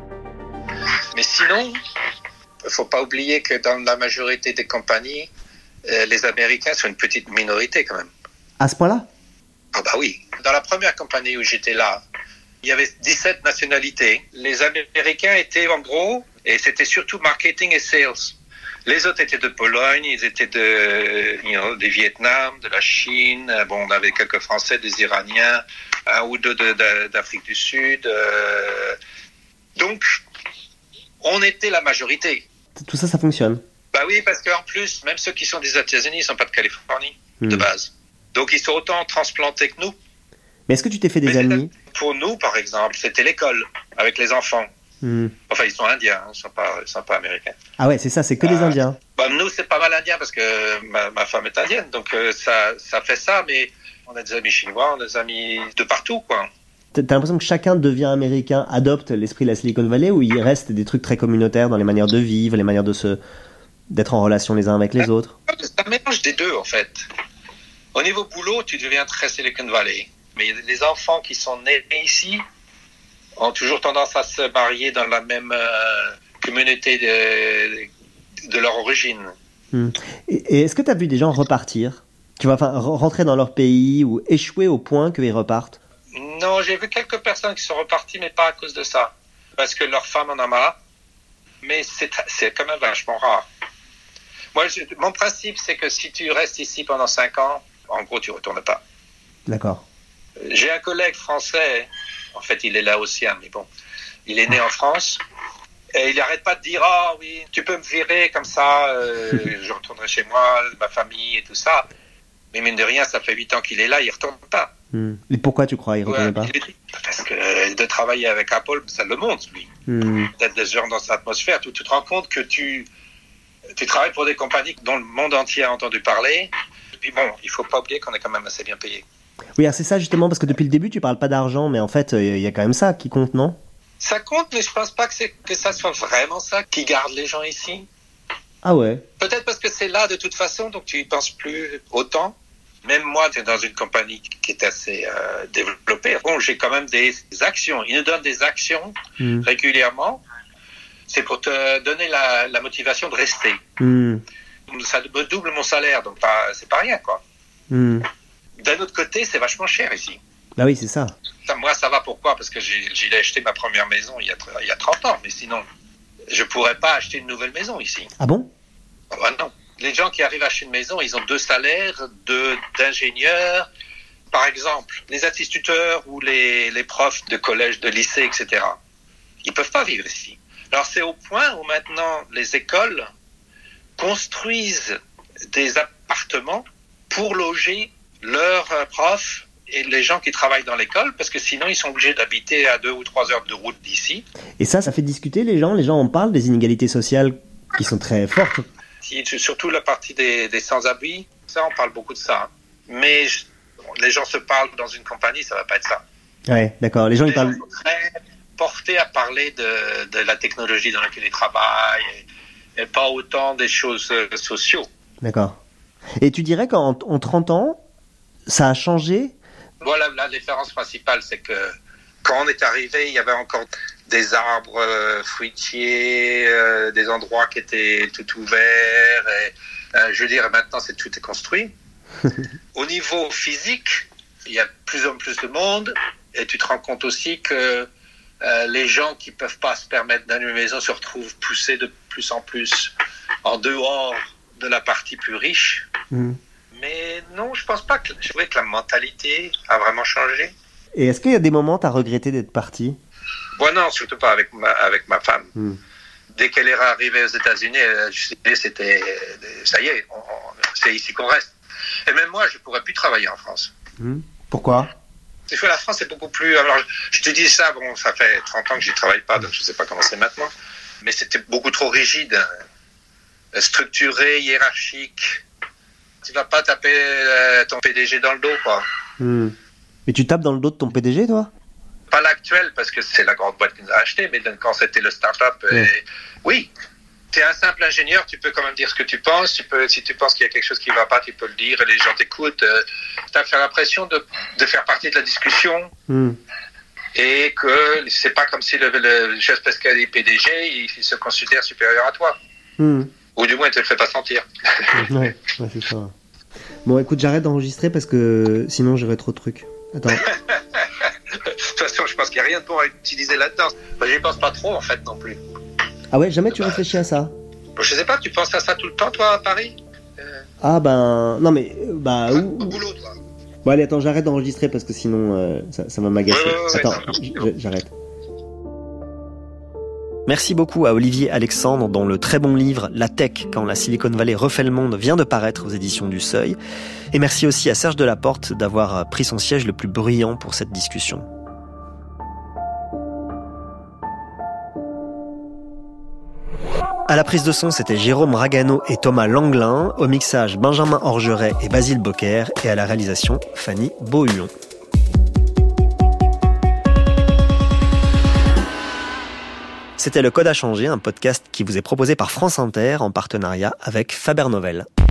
Mais sinon, il ne faut pas oublier que dans la majorité des compagnies, euh, les Américains sont une petite minorité quand même. À ce point-là? Ah bah oui. Dans la première compagnie où j'étais là, il y avait dix-sept nationalités. Les Américains étaient en gros, et c'était surtout marketing et sales. Les autres étaient de Pologne, ils étaient de, you know, du Vietnam, de la Chine. Bon, on avait quelques Français, des Iraniens, un ou deux de, de, d'Afrique du Sud. Euh... Donc, on était la majorité. Tout ça, ça fonctionne. Bah oui, parce qu'en plus, même ceux qui sont des États-Unis, ils sont pas de Californie, mmh. de base. Donc, ils sont autant transplantés que nous. Mais est-ce que tu t'es fait des Mais amis? Pour nous, par exemple, c'était l'école, avec les enfants. Mmh. Enfin, ils sont indiens, ils sont pas, ils sont pas américains. Ah ouais, c'est ça, c'est que euh, des indiens. Bah, nous, c'est pas mal indien, parce que ma, ma femme est indienne, donc euh, ça, ça fait ça, mais on a des amis chinois, on a des amis de partout, quoi. T'as l'impression que chacun devient américain, adopte l'esprit de la Silicon Valley, ou il reste des trucs très communautaires dans les manières de vivre, les manières de se, d'être en relation les uns avec les autres? C'est un mélange des deux, en fait. Au niveau boulot, tu deviens très Silicon Valley. Mais les enfants qui sont nés ici ont toujours tendance à se marier dans la même euh, communauté de, de leur origine. Hum. Et, et est-ce que tu as vu des gens repartir? Tu vois, enfin, rentrer dans leur pays ou échouer au point qu'ils repartent? Non, j'ai vu quelques personnes qui sont reparties, mais pas à cause de ça. Parce que leur femme en a marre. Mais c'est, c'est quand même vachement rare. Moi, je, mon principe, c'est que si tu restes ici pendant cinq ans, en gros, tu ne retournes pas. D'accord. J'ai un collègue français, en fait, il est là aussi, hein, mais bon, il est né en France, et il n'arrête pas de dire « Ah oh, oui, tu peux me virer comme ça, euh, je retournerai chez moi, ma famille et tout ça. » Mais mine de rien, ça fait huit ans qu'il est là, il ne retourne pas. Mmh. Et pourquoi tu crois il ne retourne ouais, pas? Parce que de travailler avec Apple, ça le montre, lui. Mmh. D'être des gens dans cette atmosphère, tu, tu te rends compte que tu, tu travailles pour des compagnies dont le monde entier a entendu parler. Et puis bon, il ne faut pas oublier qu'on est quand même assez bien payé. Oui, c'est ça justement, parce que depuis le début, tu parles pas d'argent, mais en fait, il y a quand même ça qui compte, non? Ça compte, mais je pense pas que, c'est, que ça soit vraiment ça qui garde les gens ici. Ah ouais? Peut-être parce que c'est là de toute façon, donc tu y penses plus autant. Même moi, tu es dans une compagnie qui est assez euh, développée. Bon, j'ai quand même des actions. Ils nous donnent des actions mmh. régulièrement. C'est pour te donner la, la motivation de rester. Mmh. Ça me double mon salaire, donc pas, c'est pas rien, quoi. Mmh. D'un autre côté, c'est vachement cher ici. Bah oui, c'est ça. ça moi, ça va. Pourquoi? Parce que j'ai, j'ai acheté ma première maison il y, a, il y a trente ans. Mais sinon, je pourrais pas acheter une nouvelle maison ici. Ah bon? Ah bah non. Les gens qui arrivent à acheter une maison, ils ont deux salaires de, d'ingénieurs, Par exemple, les instituteurs ou les, les profs de collège, de lycée, et cetera, ils peuvent pas vivre ici. Alors c'est au point où maintenant les écoles construisent des appartements pour loger leurs profs et les gens qui travaillent dans l'école, parce que sinon ils sont obligés d'habiter à deux ou trois heures de route d'ici. Et ça, ça fait discuter les gens. Les gens en parlent des inégalités sociales qui sont très fortes. Surtout la partie des, des sans-abri, ça on parle beaucoup de ça. Mais les gens se parlent dans une compagnie, ça va pas être ça. Ouais, d'accord. Les gens les ils parlent. Gens sont très portés à parler de, de la technologie dans laquelle ils travaillent et, et pas autant des choses euh, sociaux. D'accord. Et tu dirais qu'en en trente ans, ça a changé? Voilà, la différence principale, c'est que quand on est arrivé, il y avait encore des arbres euh, fruitiers, euh, des endroits qui étaient tout ouverts. Et, euh, je veux dire, maintenant, c'est, tout est construit. Au niveau physique, il y a de plus en plus de monde. Et tu te rends compte aussi que euh, les gens qui ne peuvent pas se permettre d'une maison se retrouvent poussés de plus en plus en dehors de la partie plus riche. Mmh. Mais non, je pense pas que, je trouvais que la mentalité a vraiment changé. Et est-ce qu'il y a des moments où tu as regretté d'être parti? Bon, non, surtout pas avec ma, avec ma femme. Mm. Dès qu'elle est arrivée aux États-Unis, c'était, ça y est, on, c'est ici qu'on reste. Et même moi, je pourrais plus travailler en France. Mm. Pourquoi? Parce que la France est beaucoup plus, alors je te dis ça, bon, ça fait trente ans que j'y travaille pas, donc je sais pas comment c'est maintenant. Mais c'était beaucoup trop rigide, structuré, hiérarchique. Tu vas pas taper euh, ton P D G dans le dos, quoi. Hmm. Mais tu tapes dans le dos de ton P D G, toi? Pas l'actuel, parce que c'est la grande boîte qui nous a acheté, mais quand c'était le start-up, ouais. et... oui, tu es un simple ingénieur, tu peux quand même dire ce que tu penses, tu peux, si tu penses qu'il y a quelque chose qui va pas, tu peux le dire, et les gens t'écoutent. Euh, tu as l'impression de, de faire partie de la discussion, hmm. et que c'est pas comme si le, le chef Pascal est P D G, il, il se considère supérieur à toi. Hmm. Ou du moins, il te le fait pas sentir. ouais, ouais, c'est ça. Bon, écoute, j'arrête d'enregistrer parce que sinon j'aurai trop de trucs. Attends. De toute façon, je pense qu'il n'y a rien de bon à utiliser là-dedans. Moi, j'y pense pas trop, en fait, non plus. Ah ouais, jamais tu bah, réfléchis à ça? Je sais pas, tu penses à ça tout le temps, toi, à Paris? euh... Ah ben, non mais, bah... Enfin, où... Au boulot, toi. Bon, allez, attends, j'arrête d'enregistrer parce que sinon, euh, ça, ça va m'agacer. Ouais, ouais, ouais, attends, ouais, j'arrête. Merci beaucoup à Olivier Alexandre, dont le très bon livre « La Tech, quand la Silicon Valley refait le monde » vient de paraître aux éditions du Seuil. Et merci aussi à Serge Delaporte d'avoir pris son siège le plus bruyant pour cette discussion. À la prise de son, c'était Jérôme Ragano et Thomas Langlin. Au mixage, Benjamin Orgeret et Basile Bocquer. Et à la réalisation, Fanny Beauhuon. C'était Le Code a changé, un podcast qui vous est proposé par France Inter en partenariat avec Faber Novel.